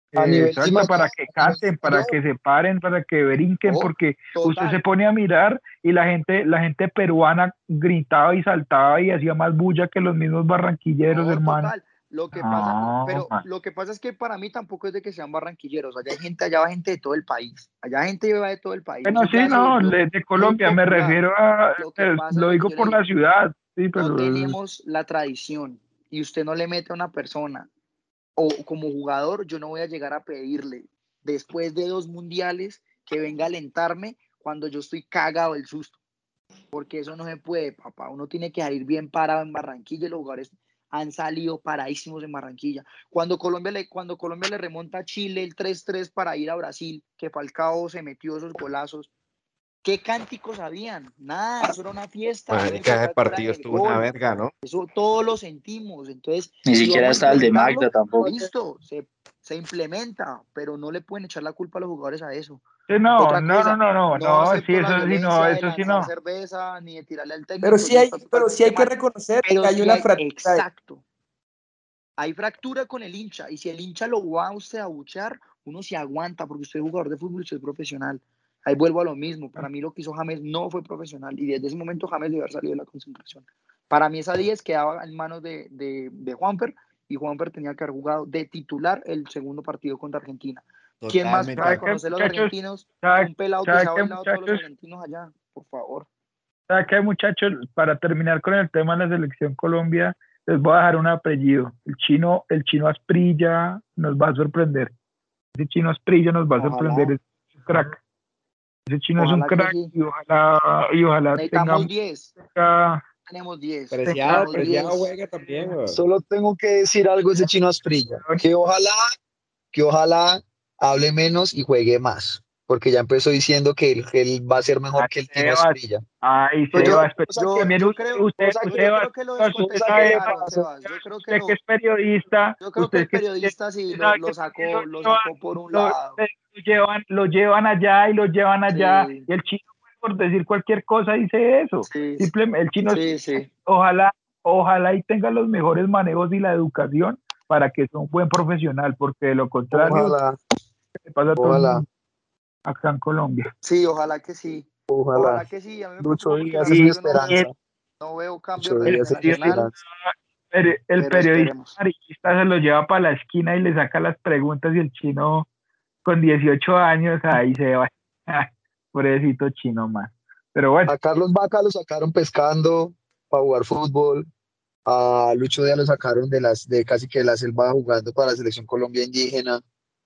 A nivel de Exacto, para mayor, que a nivel de canten, para mayor, que se paren, para que brinquen, Oh, porque usted se total. pone a mirar y la gente peruana gritaba y saltaba y hacía más bulla que los mismos barranquilleros, No, hermano. total. Lo que pasa, No, pero man. lo que pasa es que para mí tampoco es de que sean barranquilleros. Allá hay gente, allá va gente de todo el país. Allá gente va de todo el país. Bueno, Eso sí, ya se no, volvió de muy Colombia me popular. refiero a, Lo que pasa es lo lo que digo yo le por la digo. ciudad, sí, No pero tenemos la tradición y usted no le mete a una persona o como jugador, yo no voy a llegar a pedirle después de 2 mundiales que venga a alentarme cuando yo estoy cagado del susto, porque eso no se puede, papá. Uno tiene que ir bien parado en Barranquilla y los jugadores han salido paradísimos en Barranquilla. Cuando Colombia le remonta a Chile el 3-3 para ir a Brasil, que Falcao se metió esos golazos, ¿qué cánticos habían? Nada, eso era una fiesta. Lo único Marica, que ese había era partido el estuvo una gol. verga, ¿no? Eso todos lo sentimos. Entonces, Ni si siquiera vamos a está el de Magda implementarlo, tampoco. listo, se implementa, pero no le pueden echar la culpa a los jugadores a eso. sí, no, Otra no, no, cosa, no, no, no no, sí, acepto la eso sí, no, violencia de eso sí, lanzar no. cerveza ni de tirarle al Pero técnico, sí eso hay, está pero sí hay totalmente que mal. reconocer Pero que hay si una hay, fractura ahí. exacto, hay fractura con el hincha, y si el hincha lo va a usted a buchar, uno se aguanta, porque usted es jugador de fútbol y usted es profesional. Ahí vuelvo a lo mismo. Para mí lo que hizo James no fue profesional, y desde ese momento James debe haber salido de la concentración. Para mí esa 10 quedaba en manos de Juanfer, y Juanfer tenía que haber jugado de titular el segundo partido contra Argentina. ¿Quién más Totalmente de puede ¿Sabe qué, acuerdo. conocer a los muchachos? argentinos? ¿Sabe, Un pelado que sabe se ha qué, bailado a todos los muchachos? argentinos allá, por favor. ¿Sabe qué, muchachos? Para terminar con el tema de la selección Colombia, les voy a dejar un apellido. El chino Asprilla nos va a sorprender. Ese chino Asprilla nos va a sorprender. Ojalá, Es un crack. Ese chino es un ojalá que crack sí. y ojalá Necesitamos tengamos 10, acá- tenemos 10, Preciado, tenemos Preciado 10. juega también, weón. solo tengo que decir algo de ese chino Asprilla, que ojalá hable menos y juegue más, porque ya empezó diciendo que él va a ser Ay, mejor que el Tino Sebas, Asprilla. ay, Pues yo, Sebas, pero O sea que, yo, también yo creo, o sea que, yo Sebas, creo que lo o sea que le descontextualizaron, pasa. Sebas. usted que es periodista, Yo creo que usted el que periodista sí usted sabe que también lo sacó por un lado. lo llevan allá y lo llevan allá, Sí, y el chino, por decir cualquier cosa, dice eso. sí, Simplemente el chino, sí. ojalá, ojalá y tenga los mejores manejos y la educación para que sea un buen profesional, porque de lo contrario, Ojalá, le pasa a todo el ojalá, mundo acá en Colombia. Sí, ojalá que sí. ojalá. Ojalá que sí. A mí me Lucho preocupa porque la Díaz es verdad mi Y, yo y esperanza. no veo cambios Lucho de Díaz desde es mi Nacional, esperanza. el pero periodista esperemos. amarillista se lo lleva para la esquina y le saca las preguntas y el chino con 18 años ahí se va. Pobrecito chino más. Pero bueno, A Carlos Vaca lo sacaron pescando para jugar fútbol. A Lucho Díaz lo sacaron de casi que de la selva jugando para la selección Colombia indígena.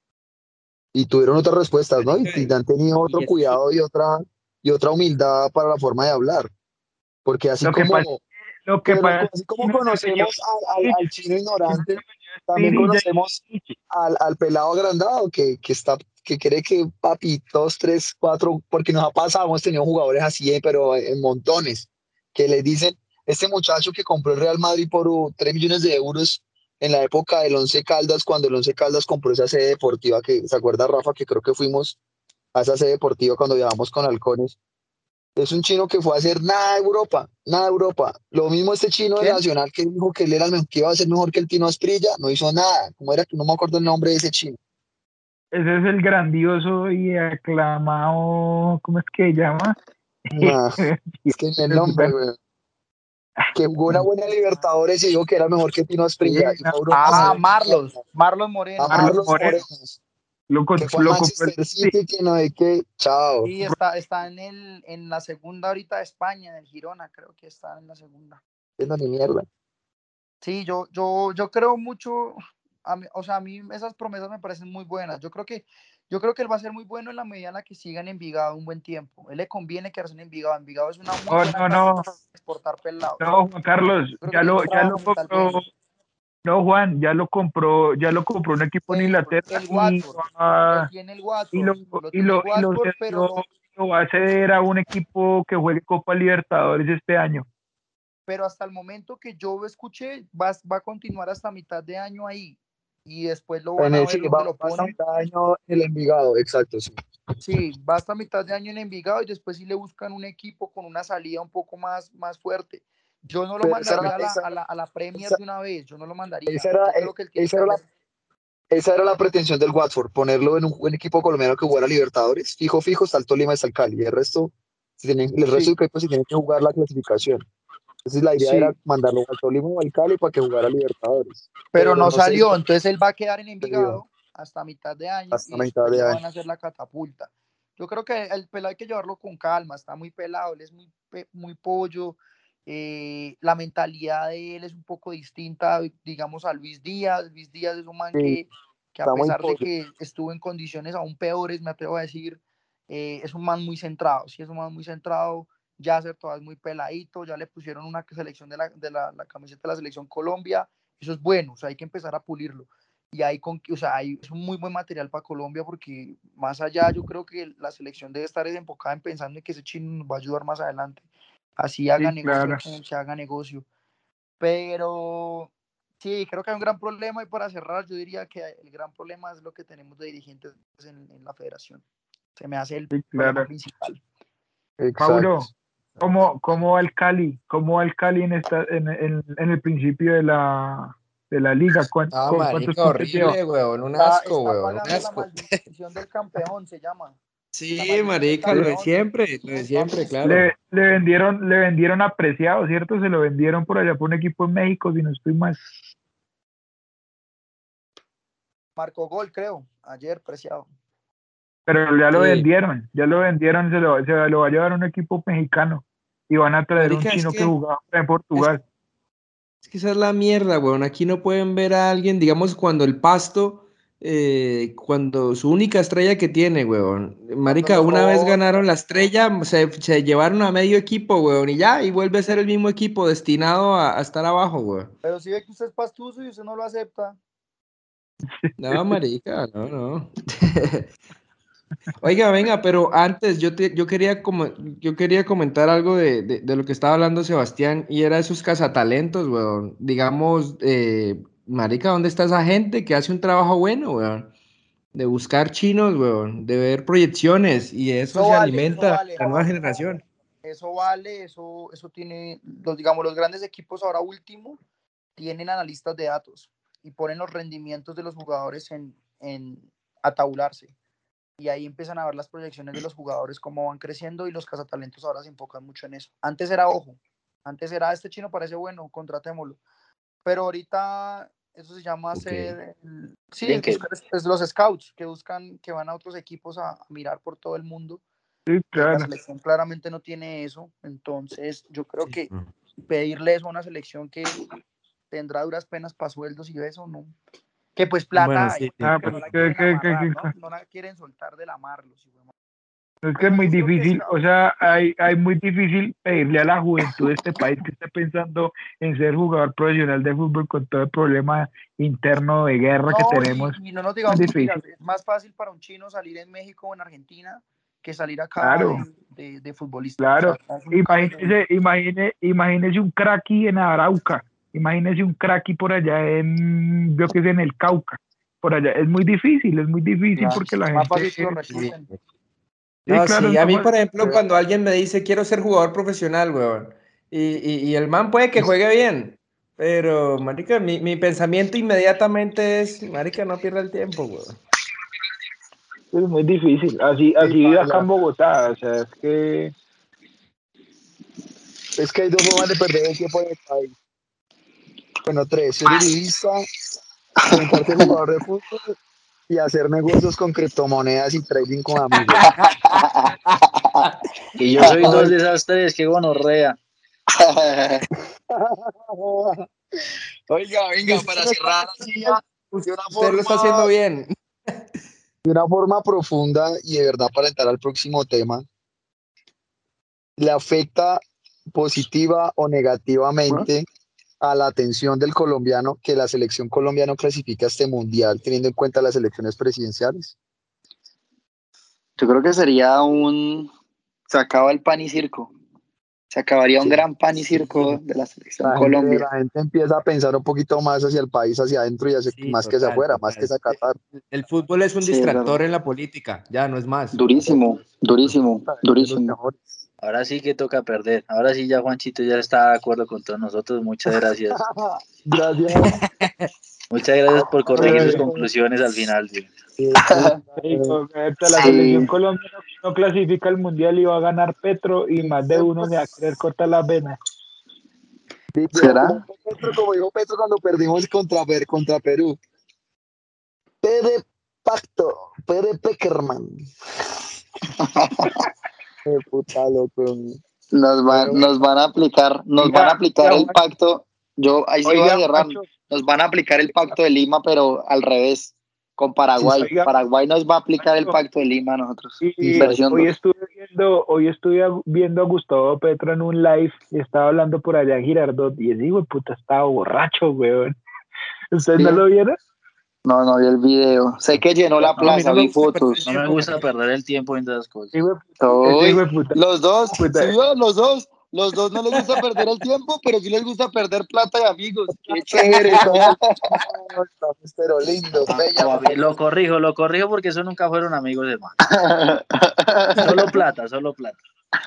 Y tuvieron otras respuestas, ¿no? Marica, Y han tenido y otro eso, cuidado y otra humildad para la forma de hablar. Porque así lo que como, pasa, lo que pasa es que así el como chino se lo lleva conocemos al chino el chino se ignorante, lo lleva también Espinilla conocemos y al pelado agrandado que cree que papi, dos, tres, cuatro, porque nos ha pasado, hemos tenido jugadores así, pero en montones, que les dicen, este muchacho que compró el Real Madrid por 3 millones de euros en la época del Once Caldas, cuando el Once Caldas compró esa sede deportiva, que se acuerda Rafa, que creo que fuimos a esa sede deportiva cuando viajamos con Halcones. Es un chino que fue a hacer nada de Europa, nada de Europa. Lo mismo este chino de ¿Quién? Nacional que dijo que él era que iba a ser mejor que el Tino Asprilla, no hizo nada. ¿Cómo era? No me acuerdo el nombre de ese chino. ese es el grandioso y aclamado, ¿cómo es que se llama? Nah, es que ni el nombre, Bueno, güey. Que jugó una buena Libertadores y dijo que era mejor que Tino Asprilla. sí, Y no, fue a Europa a hacer Marlos, mierda. Marlos A Moreno. Marlon Marlos Moreno, Morenos, que fue al lo compró el Manchester sí, City, que no hay que. Chao. Sí, está en la segunda ahorita de España, en el Girona, creo que está en la segunda. Es ni mierda. Sí, yo creo mucho, o sea, a mí esas promesas me parecen muy buenas. Yo creo que él va a ser muy bueno en la medida en la que siga en Envigado un buen tiempo. Él le conviene quedarse en Envigado. Envigado es una muy no, buena no, cancha no, para exportar pelados. no, Juan Carlos, Yo creo que tiene un ya trabajo lo mental compró, bueno. no, Juan, ya lo compró un equipo en Inglaterra El Watford, lo tiene el Watford, lo tiene el y lo Watford, pero cedió, lo va a ceder a un equipo que juegue Copa Libertadores este año. hasta el momento que yo escuché, va a continuar hasta mitad de año ahí. Y después lo van En a el, ver sí, dónde va lo hasta ponen. mitad de año el Envigado, exacto, sí. Sí, va hasta mitad de año en Envigado y después sí le buscan un equipo con una salida un poco más fuerte. Yo no lo Pero esa era, mandaría esa, a la Premier esa, de una vez, yo no lo mandaría. esa era, Yo creo que él tiene esa que era la hacer. esa era la pretensión del Watford, ponerlo en un buen equipo colombiano que jugara Libertadores. Fijo, está el Tolima y está el Cali. El resto de Sí, equipos sí tienen que jugar la clasificación. Entonces la idea era sí, mandarlo al Tolima o al Cali para que jugara Libertadores. pero Pero no no sé salió, qué entonces él va a quedar en sucedió Envigado hasta mitad de año hasta y mitad después de le año. van a hacer la catapulta. Yo creo que el pelado hay que llevarlo con calma, está muy pelado, él es muy pollo, la mentalidad de él es un poco distinta, digamos, a Luis Díaz. Luis Díaz es un man Sí, que a está muy pesar de pollo. que estuvo en condiciones aún peores, me atrevo a decir, es un man muy centrado, sí es un man muy centrado. Yasser todavía es muy peladito, ya le pusieron una selección la camiseta de la selección Colombia, eso es bueno, o sea, hay que empezar a pulirlo. Y o sea, es un muy buen material para Colombia porque más allá yo creo que la selección debe estar enfocada en pensando en que ese chino nos va a ayudar más adelante. Así haga Sí, negocio, claro. se haga negocio. Pero sí, creo que hay un gran problema y para cerrar yo diría que el gran problema es lo que tenemos de dirigentes en la federación. Se me hace el Sí, problema claro. principal. Exacto. Mauro, ¿cómo va el Cali? ¿Cómo va el Cali en el principio de la liga? Ah, ¿Cuántos marica, puntos lleva? horrible, weón, un asco, Está weón, un pagando la asco. maldición del campeón, se llama. La Sí, maldición del marica, Le, campeón. lo de siempre, claro. le vendieron apreciado, ¿cierto? Se lo vendieron por allá por un equipo en México, si no estoy mal. Marcó gol, creo, ayer, Preciado. Pero Sí, ya lo vendieron, se lo va a llevar un equipo mexicano y van a traer un marica, chino que jugaba en es, Portugal. es que esa es la mierda, weón. Aquí no pueden ver a alguien, digamos, cuando el Pasto, cuando su única estrella que tiene, weón. Cuando Marica, los una vez robó, ganaron la estrella, se llevaron a medio equipo, weón, y ya, y vuelve a ser el mismo equipo destinado a estar abajo, weón. pero si ve que usted es pastuso y usted no lo acepta. No, marica, no, no. Oiga, venga, pero antes yo quería comentar algo de lo que estaba hablando Sebastián y era esos cazatalentos, weón. Digamos, marica, ¿dónde está esa gente que hace un trabajo bueno, weón? De buscar chinos, weón, de ver proyecciones y de eso Eso se vale, eso alimenta vale. la nueva generación. Eso vale, eso tiene, digamos, los grandes equipos ahora último tienen analistas de datos y ponen los rendimientos de los jugadores a tabularse. Y ahí empiezan a ver las proyecciones de los jugadores, cómo van creciendo y los cazatalentos ahora se enfocan mucho en eso. Antes era ojo, antes era este chino parece bueno, contratémoslo. Pero ahorita eso se llama Ok. hacer, sí, es LinkedIn. buscar es los scouts que buscan, que van a otros equipos a mirar por todo el mundo. Sí, La claro. selección claramente no tiene eso, entonces yo creo Sí. que pedirle eso a una selección que tendrá duras penas para sueldos y eso, no. Que pues Bueno, plata hay, sí, Ah, que pues no la quieren amarrar, ¿no? No la quieren soltar de la amarlos. es que es Pero muy yo creo que difícil, o scouts, sea, hay muy difícil pedirle a la juventud de este país que esté pensando en ser jugador profesional de fútbol con todo el problema interno de guerra que no, tenemos. y no nos Muy digamos difícil, mentiras, es más fácil para un chino salir en México o en Argentina que salir acá claro, de futbolista. O sea, claro. es un camello. Imagínese un cracky en Arauca, imagínese un cracky por allá yo que sé, en el Cauca, por allá. Es muy difícil Claro. porque la Más gente, fácil que lo sí. recluten. sí, No, claro, sí, es a más mí, por fácil. ejemplo, cuando alguien me dice quiero ser jugador profesional, weón, y el man puede que juegue bien, pero, marica, mi pensamiento inmediatamente es, marica, no pierda el tiempo, weón. Es muy difícil. Sí, Así acá paila. en Bogotá, o sea, es que Es que hay dos formas de perder el tiempo en el país. Bueno, tres, ser uribista, intentar ser jugador de fútbol y hacer negocios con criptomonedas y trading con amigos. Y yo soy dos de esas tres, qué gonorrea. Oiga, Y venga, usted para lo está cerrar haciendo así bien, usted lo está haciendo bien. de una forma profunda y de verdad para entrar al próximo tema, ¿le afecta positiva o negativamente a la atención del colombiano que la selección colombiana clasifica a este mundial teniendo en cuenta las elecciones presidenciales? Yo creo que sería se acaba el pan y circo. Se acabaría un Sí. gran pan y circo de la selección La gente, Colombia. la gente empieza a pensar un poquito más hacia el país, hacia adentro y Sí, más que hacia afuera, más que hacia Qatar. El fútbol es un Sí, es verdad. distractor en la política, ya no es más. Durísimo, durísimo, De los durísimo. mejores. Ahora sí que toca perder. Ahora sí ya Juanchito ya está de acuerdo con todos nosotros. Muchas gracias. Gracias. Muchas gracias por corregir sus Gracias. conclusiones al final. Sí. Sí, correcto, la Sí. selección Colombia no clasifica al mundial y va a ganar Petro y más de uno se va a querer cortar las venas. ¿Será? Como dijo Petro cuando perdimos contra Perú. Pere Pacto, Pere Peckerman. Qué puta loco. Nos van a aplicar el Juan- pacto. Yo ahí sí voy a oiga, cerrar. Juancho, Nos van a aplicar el pacto de Lima, pero al revés, con Paraguay. oiga, Paraguay nos va a aplicar el Juancho, pacto de Lima a nosotros. y Versión hoy 2. estuve viendo a Gustavo Petro en un live y estaba hablando por allá en Girardot y ese hijo de puta estaba borracho, weón. ¿Ustedes no lo vieron? No vi el video. Sé que llenó la No, a mí plaza, no me vi gusta perder el fotos. No me tiempo, gusta marica. perder el tiempo viendo esas cosas. Ese hijo Uy, de puta. los dos, puta. ¿sí vio? Los dos no les gusta perder el tiempo, pero sí les gusta perder plata y amigos. Qué chévere. No, estamos pero lindo, bella. Papi, lo corrijo porque eso nunca fueron amigos, hermano. Solo plata, solo plata.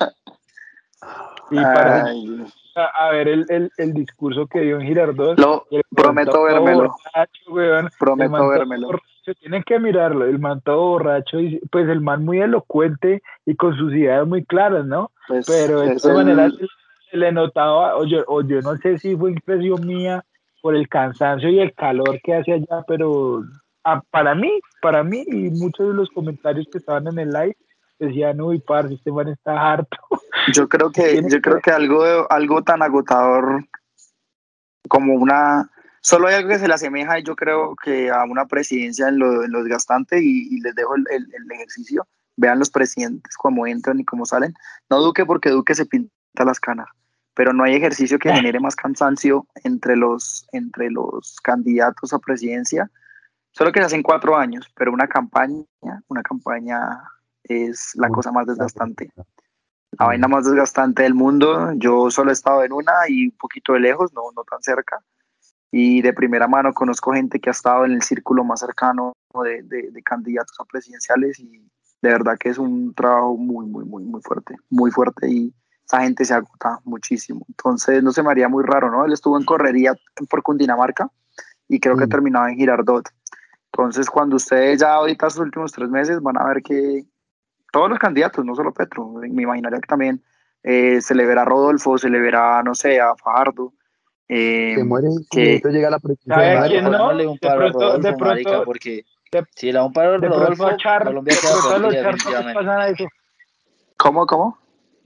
Y para Ay, a ver el discurso que dio en Girardot, y el man prometo todo vérmelo. borracho, weón, el Prometo man todo vérmelo. borracho, tienen que mirarlo, el man todo borracho, y pues el man muy elocuente y con sus ideas muy claras, ¿no? Pues Pero de es todas maneras el. se le notaba, o yo no sé si fue impresión mía por el cansancio y el calor que hace allá, pero para mí y muchos de los comentarios que estaban en el live decían, uy, parce, este man está harto. Yo creo Tiene que algo tan agotador como solo hay algo que se le asemeja, yo creo que a una presidencia en lo desgastante, y les dejo el ejercicio. Vean los presidentes cómo entran y cómo salen. No Duque, porque Duque se pinta las canas, pero no hay ejercicio que genere más cansancio entre los candidatos a presidencia. Solo que se hacen 4 años, pero una campaña es la cosa más desgastante. La vaina más desgastante del mundo. Yo solo he estado en una y un poquito de lejos, no tan cerca. Y de primera mano conozco gente que ha estado en el círculo más cercano de candidatos a presidenciales, y de verdad que es un trabajo muy fuerte, y esa gente se agota muchísimo. Entonces no se me haría muy raro, ¿no? Él estuvo en correría por Cundinamarca y creo que terminaba en Girardot. Entonces cuando ustedes ya ahorita sus últimos 3 meses van a ver que todos los candidatos, no solo Petro, me imaginaría que también se le verá a Rodolfo, se le verá, no sé, a Fajardo, Se muere y que llega la presidencia ¿Sabe de a Madrid. quién no? Démosle un paro a Rodolfo, marica, porque de, si le da un paro a de pronto a Rodolfo, Char, Colombia de queda pronto a los perdida Char no les definitivamente. pasa eso. ¿Cómo?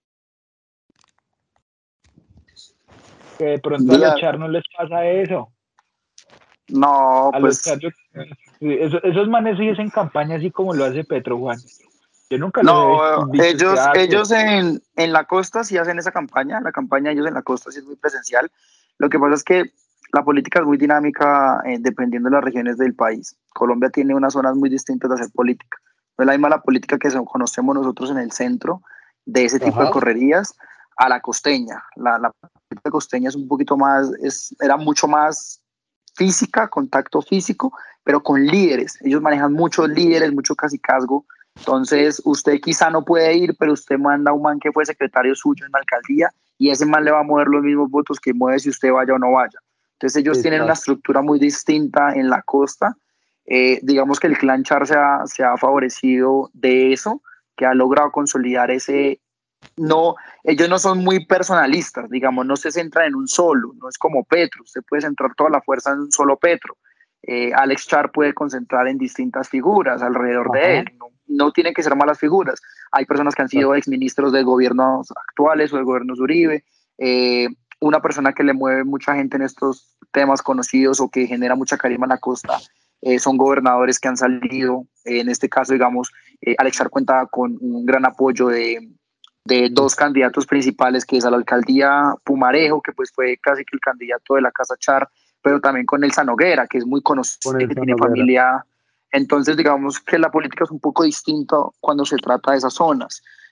Que de pronto a los Día, Char no les pasa eso. no, A los pues Char, esos manes sí hacen campaña así como lo hace Petro, Juan. Yo nunca los he no, visto que ellos en la costa sí hacen esa campaña. La campaña de ellos en la costa sí es muy presencial. Lo que pasa es que la política es muy dinámica, dependiendo de las regiones del país. Colombia tiene unas zonas muy distintas de hacer política. No es la misma la política que conocemos nosotros en el centro de ese tipo de correrías a la costeña. La política costeña es un poquito más, era mucho más física, contacto físico, pero con líderes. Ellos manejan muchos líderes, mucho cacicazgo. Entonces, usted quizá no puede ir, pero usted manda a un man que fue secretario suyo en la alcaldía, y ese man le va a mover los mismos votos que mueve si usted vaya o no vaya. Entonces, ellos tienen una estructura muy distinta en la costa. Digamos que el clan Char se ha favorecido de eso, que ha logrado consolidar ese. No, ellos no son muy personalistas, digamos, no se centran en un solo, no es como Petro, usted puede centrar toda la fuerza en un solo Petro. Alex Char puede concentrar en distintas figuras alrededor de él, no tienen que ser malas figuras. Hay personas que han sido exministros de gobiernos actuales o de gobiernos de Uribe. Una persona que le mueve mucha gente en estos temas conocidos o que genera mucha carisma en la costa, son gobernadores que han salido. En este caso, digamos, Alex Char cuenta con un gran apoyo de 2 candidatos principales, que es a la alcaldía Pumarejo, que pues fue casi que el candidato de la Casa Char, pero también con Elsa Noguera, que es muy conocido, que tiene familia. Entonces, digamos que la política es un poco distinta cuando se trata de esas zonas.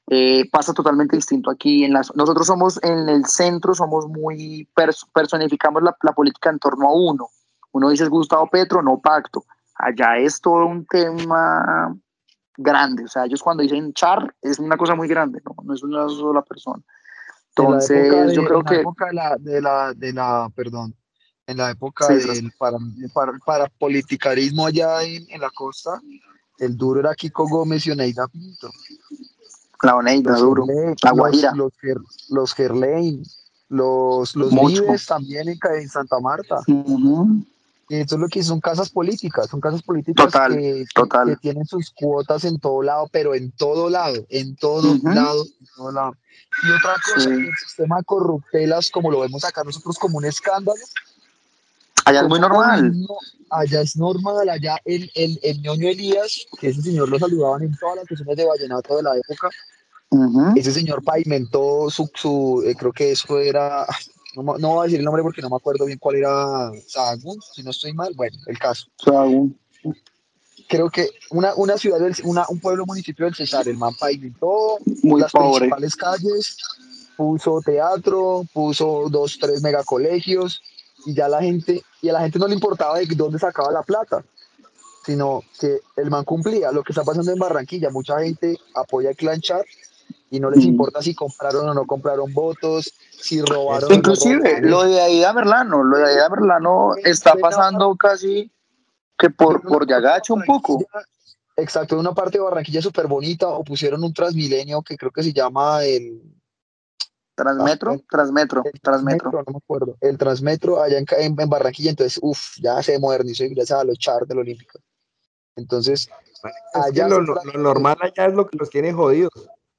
Pasa totalmente distinto aquí. Nosotros somos en el centro, somos muy personificamos la política en torno a uno. Uno dice es Gustavo Petro, no pacto. Allá es todo un tema grande. O sea, ellos cuando dicen char es una cosa muy grande, no es una sola persona. Entonces, yo creo En la que época perdón, en la época sí, del parapoliticarismo allá en la costa, el duro era Kiko Gómez y Oneida Pinto. la Oneida, Los duro. Gerley, La Guajira, los Gerley, los mucho. Vives también en Santa Marta. Ujú. Y esto es lo que son son casas políticas Total, que total. tienen sus cuotas en todo lado, pero en todo lado, en todo Ujú. lado, en todo lado. Y otra cosa, Sí. el sistema de corruptelas, como lo vemos acá nosotros como un escándalo, Allá es muy como, uy, normal. no, allá es normal, allá el ñoño Elías, que ese señor lo saludaban en todas las canciones de vallenato de la época, Ujú. ese señor pavimentó creo que eso era, no voy a decir el nombre porque no me acuerdo bien cuál era, Sahagún, si no estoy mal, bueno, el caso. O sea, Creo que una ciudad, un pueblo municipio del Cesar, el man pavimentó muy las pobre. principales calles, puso teatro, puso dos, tres megacolegios, y a la gente no le importaba de dónde sacaba la plata, sino que el man cumplía. Lo que está pasando en Barranquilla, mucha gente apoya a Clan Char y no les Mm. importa si compraron o no compraron votos, si robaron o no Inclusive, robaron. lo de Aida Merlano está De una pasando casi que de una por parte de Yagacho un poco. Barranquilla, exacto, de una parte de Barranquilla súper bonita, o pusieron un Transmilenio que creo que se llama Transmetro, bueno, Transmetro, el Transmetro. Transmetro, no me acuerdo, el Transmetro allá en Barranquilla, entonces, uff, ya se modernizó y gracias a los char del Olímpico. Entonces, Es que allá se está, lo normal allá es lo que los tiene jodidos.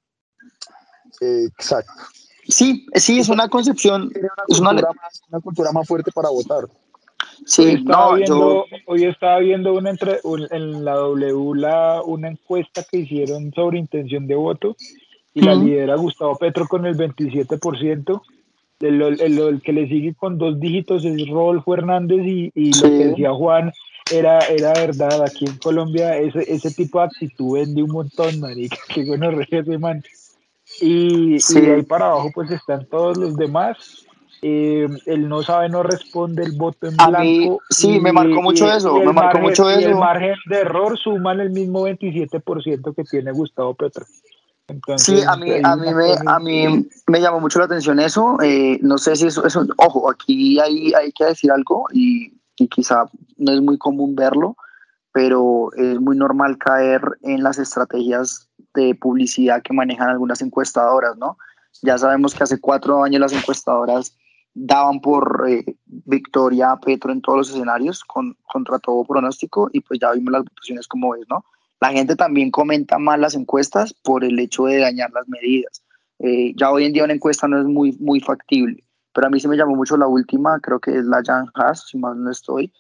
exacto. Sí, sí, es Esta una gente concepción, tiene es una, una cultura más fuerte para votar. Hoy sí, estaba no, yo, viendo, hoy estaba viendo en la W una encuesta que hicieron sobre intención de voto y la mm, lidera Gustavo Petro con el 27%. El que le sigue con 2 dígitos es Rodolfo Hernández y lo que sí, decía Juan era verdad. Aquí en Colombia ese tipo de actitud vende un montón, marica, que bueno, ese man. Y de ahí sí, para abajo pues están todos los demás. El no sabe, no responde, el voto en a mí, blanco sí, me marcó mucho eso, me marcó mucho y el eso. margen de error suman el mismo 27% que tiene Gustavo Petro. Sí, Entonces hay una cosa. a mí me llamó mucho la atención eso. No sé si eso, ojo, aquí hay que decir algo y quizá no es muy común verlo, pero es muy normal caer en las estrategias de publicidad que manejan algunas encuestadoras, ¿no? Ya sabemos que hace 4 años las encuestadoras daban por victoria a Petro en todos los escenarios contra todo pronóstico y pues ya vimos las votaciones como es, ¿no? La gente también comenta mal las encuestas por el hecho de dañar las medidas. Ya hoy en día una encuesta no es muy factible, pero a mí se me llamó mucho la última, creo que es la Jan Haas, si mal no estoy,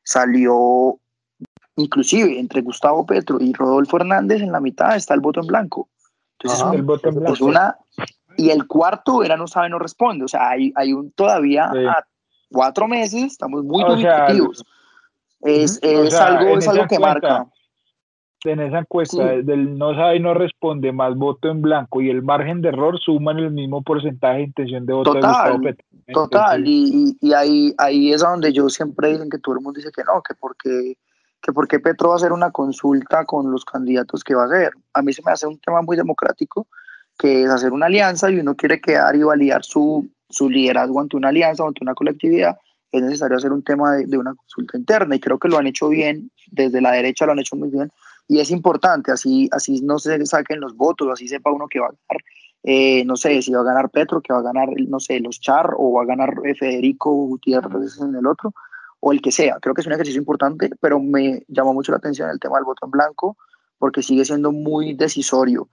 salió inclusive entre Gustavo Petro y Rodolfo Hernández en la mitad está el voto en blanco. Entonces Ajá, El voto en es blanco. una, y el cuarto era no sabe, no responde. O sea, hay un todavía Sí. a 4 meses, estamos muy O sea, dubitativos. ujú. o sea, Es algo que marca. en esa encuesta Sí, del no sabe y no responde más voto en blanco y el margen de error suman el mismo porcentaje de intención de voto de Gustavo total, Petro. total. Entonces, Y ahí es a donde yo siempre dicen que todo el mundo dice que no, que porque Petro va a hacer una consulta con los candidatos que va a hacer. A mí se me hace un tema muy democrático, que es hacer una alianza y uno quiere quedar y validar su liderazgo ante una alianza o ante una colectividad. Es necesario hacer un tema de una consulta interna y creo que lo han hecho bien, desde la derecha lo han hecho muy bien y es importante, así no se saquen los votos, así sepa uno que va a ganar, no sé, si va a ganar Petro, que va a ganar, no sé, los Char, o va a ganar Federico Gutiérrez en el otro, o el que sea. Creo que es un ejercicio importante, pero me llamó mucho la atención el tema del voto en blanco, porque sigue siendo muy decisorio.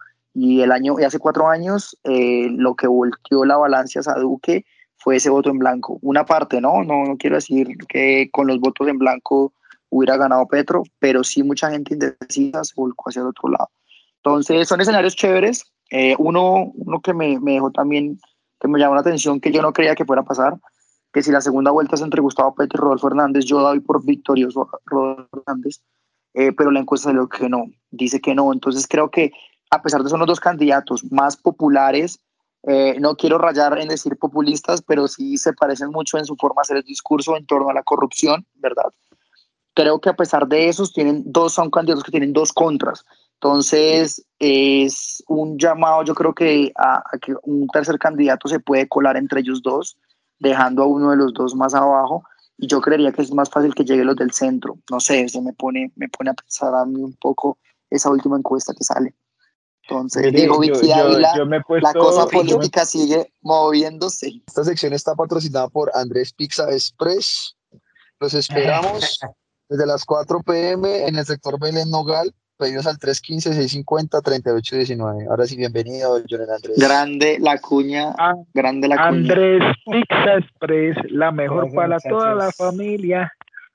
Y hace 4 años, lo que volteó la balanza a Duque fue ese voto en blanco. Una parte, no quiero decir que con los votos en blanco hubiera ganado Petro, pero sí mucha gente indecisa se volcó hacia el otro lado. Entonces, son escenarios chéveres. Uno que me dejó también, que me llamó la atención, que yo no creía que fuera a pasar, que si la segunda vuelta es entre Gustavo Petro y Rodolfo Hernández, yo doy por victorioso a Rodolfo Hernández, pero la encuesta salió que no, dice que no. Entonces, creo que a pesar de son los dos candidatos más populares, no quiero rayar en decir populistas, pero sí se parecen mucho en su forma de hacer el discurso en torno a la corrupción, ¿verdad? Creo que a pesar de eso, son candidatos que tienen dos contras. Entonces, es un llamado, yo creo que a que un tercer candidato se puede colar entre ellos dos, dejando a uno de los dos más abajo. Y yo creería que es más fácil que lleguen los del centro. No sé, eso me pone a pensar a mí un poco esa última encuesta que sale. Entonces, Mire, dijo Vicky Dávila, yo me he la cosa puesto, política sigue moviéndose. Esta sección está patrocinada por Andrés Pizza Express. Los esperamos desde las 4 p.m. en el sector Belén Nogal. Pedidos al 315-650-3819. Ahora sí, bienvenido, Jonathan Andrés. Grande la cuña, Ah, grande la cuña. Andrés Pizza Express, la mejor Gracias, para muchachos. toda la familia.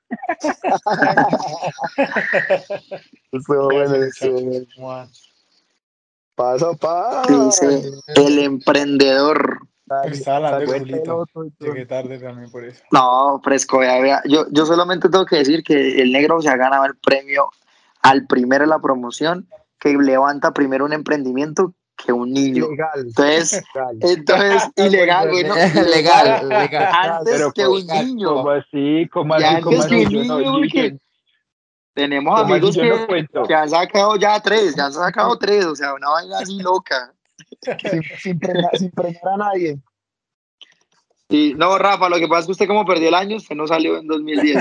Estuvo bueno, Gracias, estuvo muchachos. bueno. ¿Cómo van? Paso, Dice el emprendedor. Estaba hablando de Salió culito. peloto y todo. Llegué tarde también por eso. No, fresco, vea. Yo solamente tengo que decir que el negro se ha ganado el premio al primero de la promoción, que levanta primero un emprendimiento que un niño. Legal. Entonces ilegal, güey, ¿no? Legal. Antes Pero que un niño. ¿cómo así? ¿Cómo Y así? antes ¿Cómo que así? un Yo no, niño, porque tenemos ¿cómo así? amigos Yo no cuento. que han sacado ya tres, o sea, una vaina así loca. Sin premiar a nadie. Y no, Rafa, lo que pasa es que usted como perdió el año, usted no salió en 2010.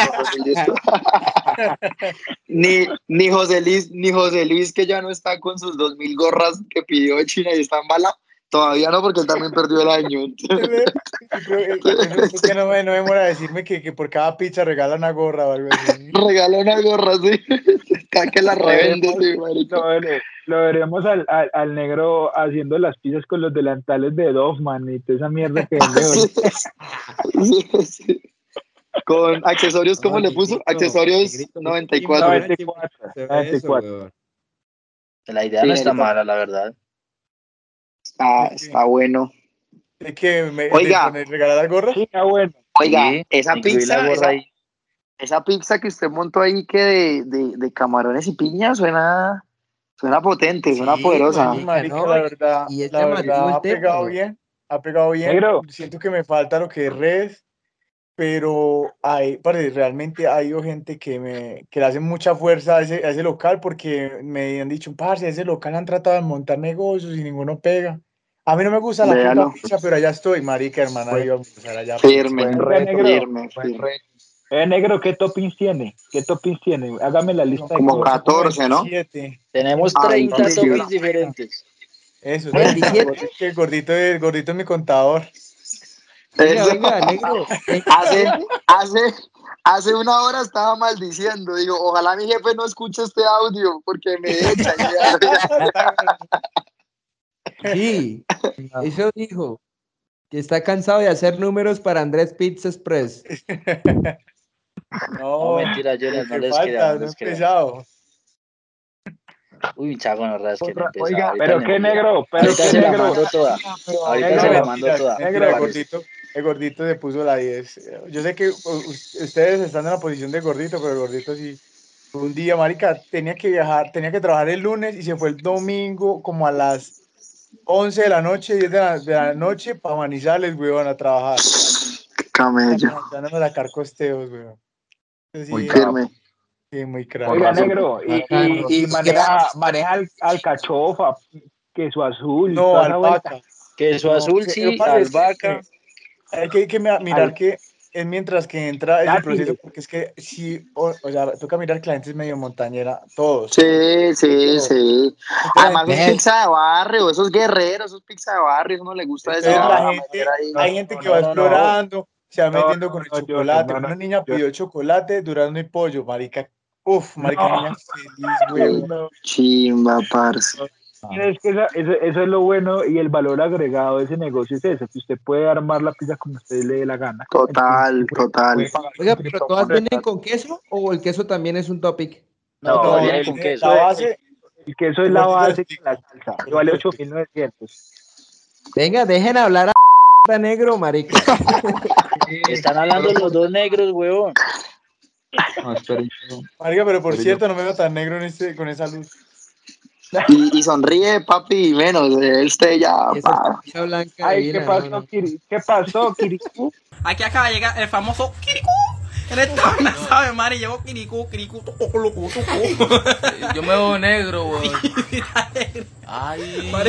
ni José Luis, que ya no está con sus 2000 gorras que pidió de China y está en bala, todavía no, porque él también perdió el año. Creo que no me demora decirme que por cada pizza regala una gorra o algo así. Regala una gorra, sí. Cada que la revende, sí, marica. Lo veremos al negro haciendo las pizzas con los delantales de Doffman y toda esa mierda que vende hoy. Sí. Con accesorios, ¿cómo le puso? Accesorios 94. 94. La idea Sí, no está Erika. mala, la verdad. Está bueno. Es que Oiga. regalar las gorras. Sí, está bueno. Oiga, Sí, esa incluí pizza, la gorra ahí. esa pizza que usted montó ahí que de camarones y piña suena potente, suena poderosa. Sí, marica, la verdad, y es la llamativo verdad el ha pegado tema. bien, ha pegado bien. Negro. Siento que me falta lo que es redes, pero realmente ha ido gente que le hace mucha fuerza a ese local, porque me han dicho, parce, ese local han tratado de montar negocios y ninguno pega. A mí no me gusta la Véalo. puta pizza, pero allá estoy, marica, hermana, Buen- ahí vamos a empezar allá. Firme, Buen Oiga, reto. negro. firme. Negro, ¿qué toppings tiene? Hágame la lista de Como todos. 14, ¿no? 27. Tenemos Ay, 30 sí. toppings diferentes. Eso, 27. el gordito es mi contador. Venga, negro. Hace una hora estaba maldiciendo. Digo, ojalá mi jefe no escuche este audio porque me echa. Sí, eso dijo. Que está cansado de hacer números para Andrés Pizza Express. No, mentira, Jonas, no les crea, no les crea. Pesado. Uy, chago, no es que no he empezado. Oiga, Ahorita Pero me qué envía. negro, pero Ahorita qué se la negro. mando toda. Ahorita se la mando toda. Mentira, Parece. el gordito se puso la 10. Yo sé que ustedes están en la posición de gordito, pero el gordito sí. Un día, marica, tenía que viajar, tenía que trabajar el lunes y se fue el domingo como a las 11 de la noche, 10 de la noche para Manizales, weón, a trabajar. Camello. Van a sacar costeos, weón. Sí, Muy firme. sí, muy crack. Oiga, razón. negro, y maneja alcachofa, queso azul y No, toda esa vuelta. alpaca. Queso No, azul, lo que sí, pasa es que, albahaca. hay que mirar que es mientras que entra ese proceso, Dátiles. porque es que sí, o sea, toca mirar que la gente es medio montañera, todos. Sí. Entonces, Además, es gente- pizza de barrio, esos guerreros, esos pizza de barrio, eso no le gusta eso. entonces Ah, la gente, hay gente que va explorando, se va metiendo con el chocolate. Una niña pidió chocolate, durazno y pollo, marica. Uf, marica, niña feliz, güey. chimba, parce. Es que eso es lo bueno y el valor agregado de ese negocio es eso, que usted puede armar la pizza como usted le dé la gana. Total. Oiga, ¿pero todas vienen con queso o el queso también es un topic? No, todas No, vienen con queso. La base, El queso es el la gordito base explica. con la salsa. Y vale 8.900. Venga, dejen hablar a negro, marica. Están hablando los dos negros, weón. No, esperen. marica, pero por Pero cierto, no me veo tan negro con esa luz. Y sonríe, papi, y menos. Usted ya. Y esa camisa blanca Ay, ¿qué divina, pasó, ¿no? ¿Qué pasó, Kirikú? Aquí acaba de llegar el famoso Kirikú. En esta vaina, ¿sabe, Mari? Llegó Kirikú, tucu, loco, tucu. Yo me veo negro, weón. Está negro. Ay. Mari,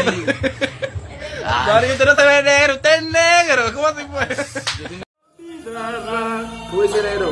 usted no se ve negro, usted es negro. ¿Cómo así fue? ¿Cómo es negro?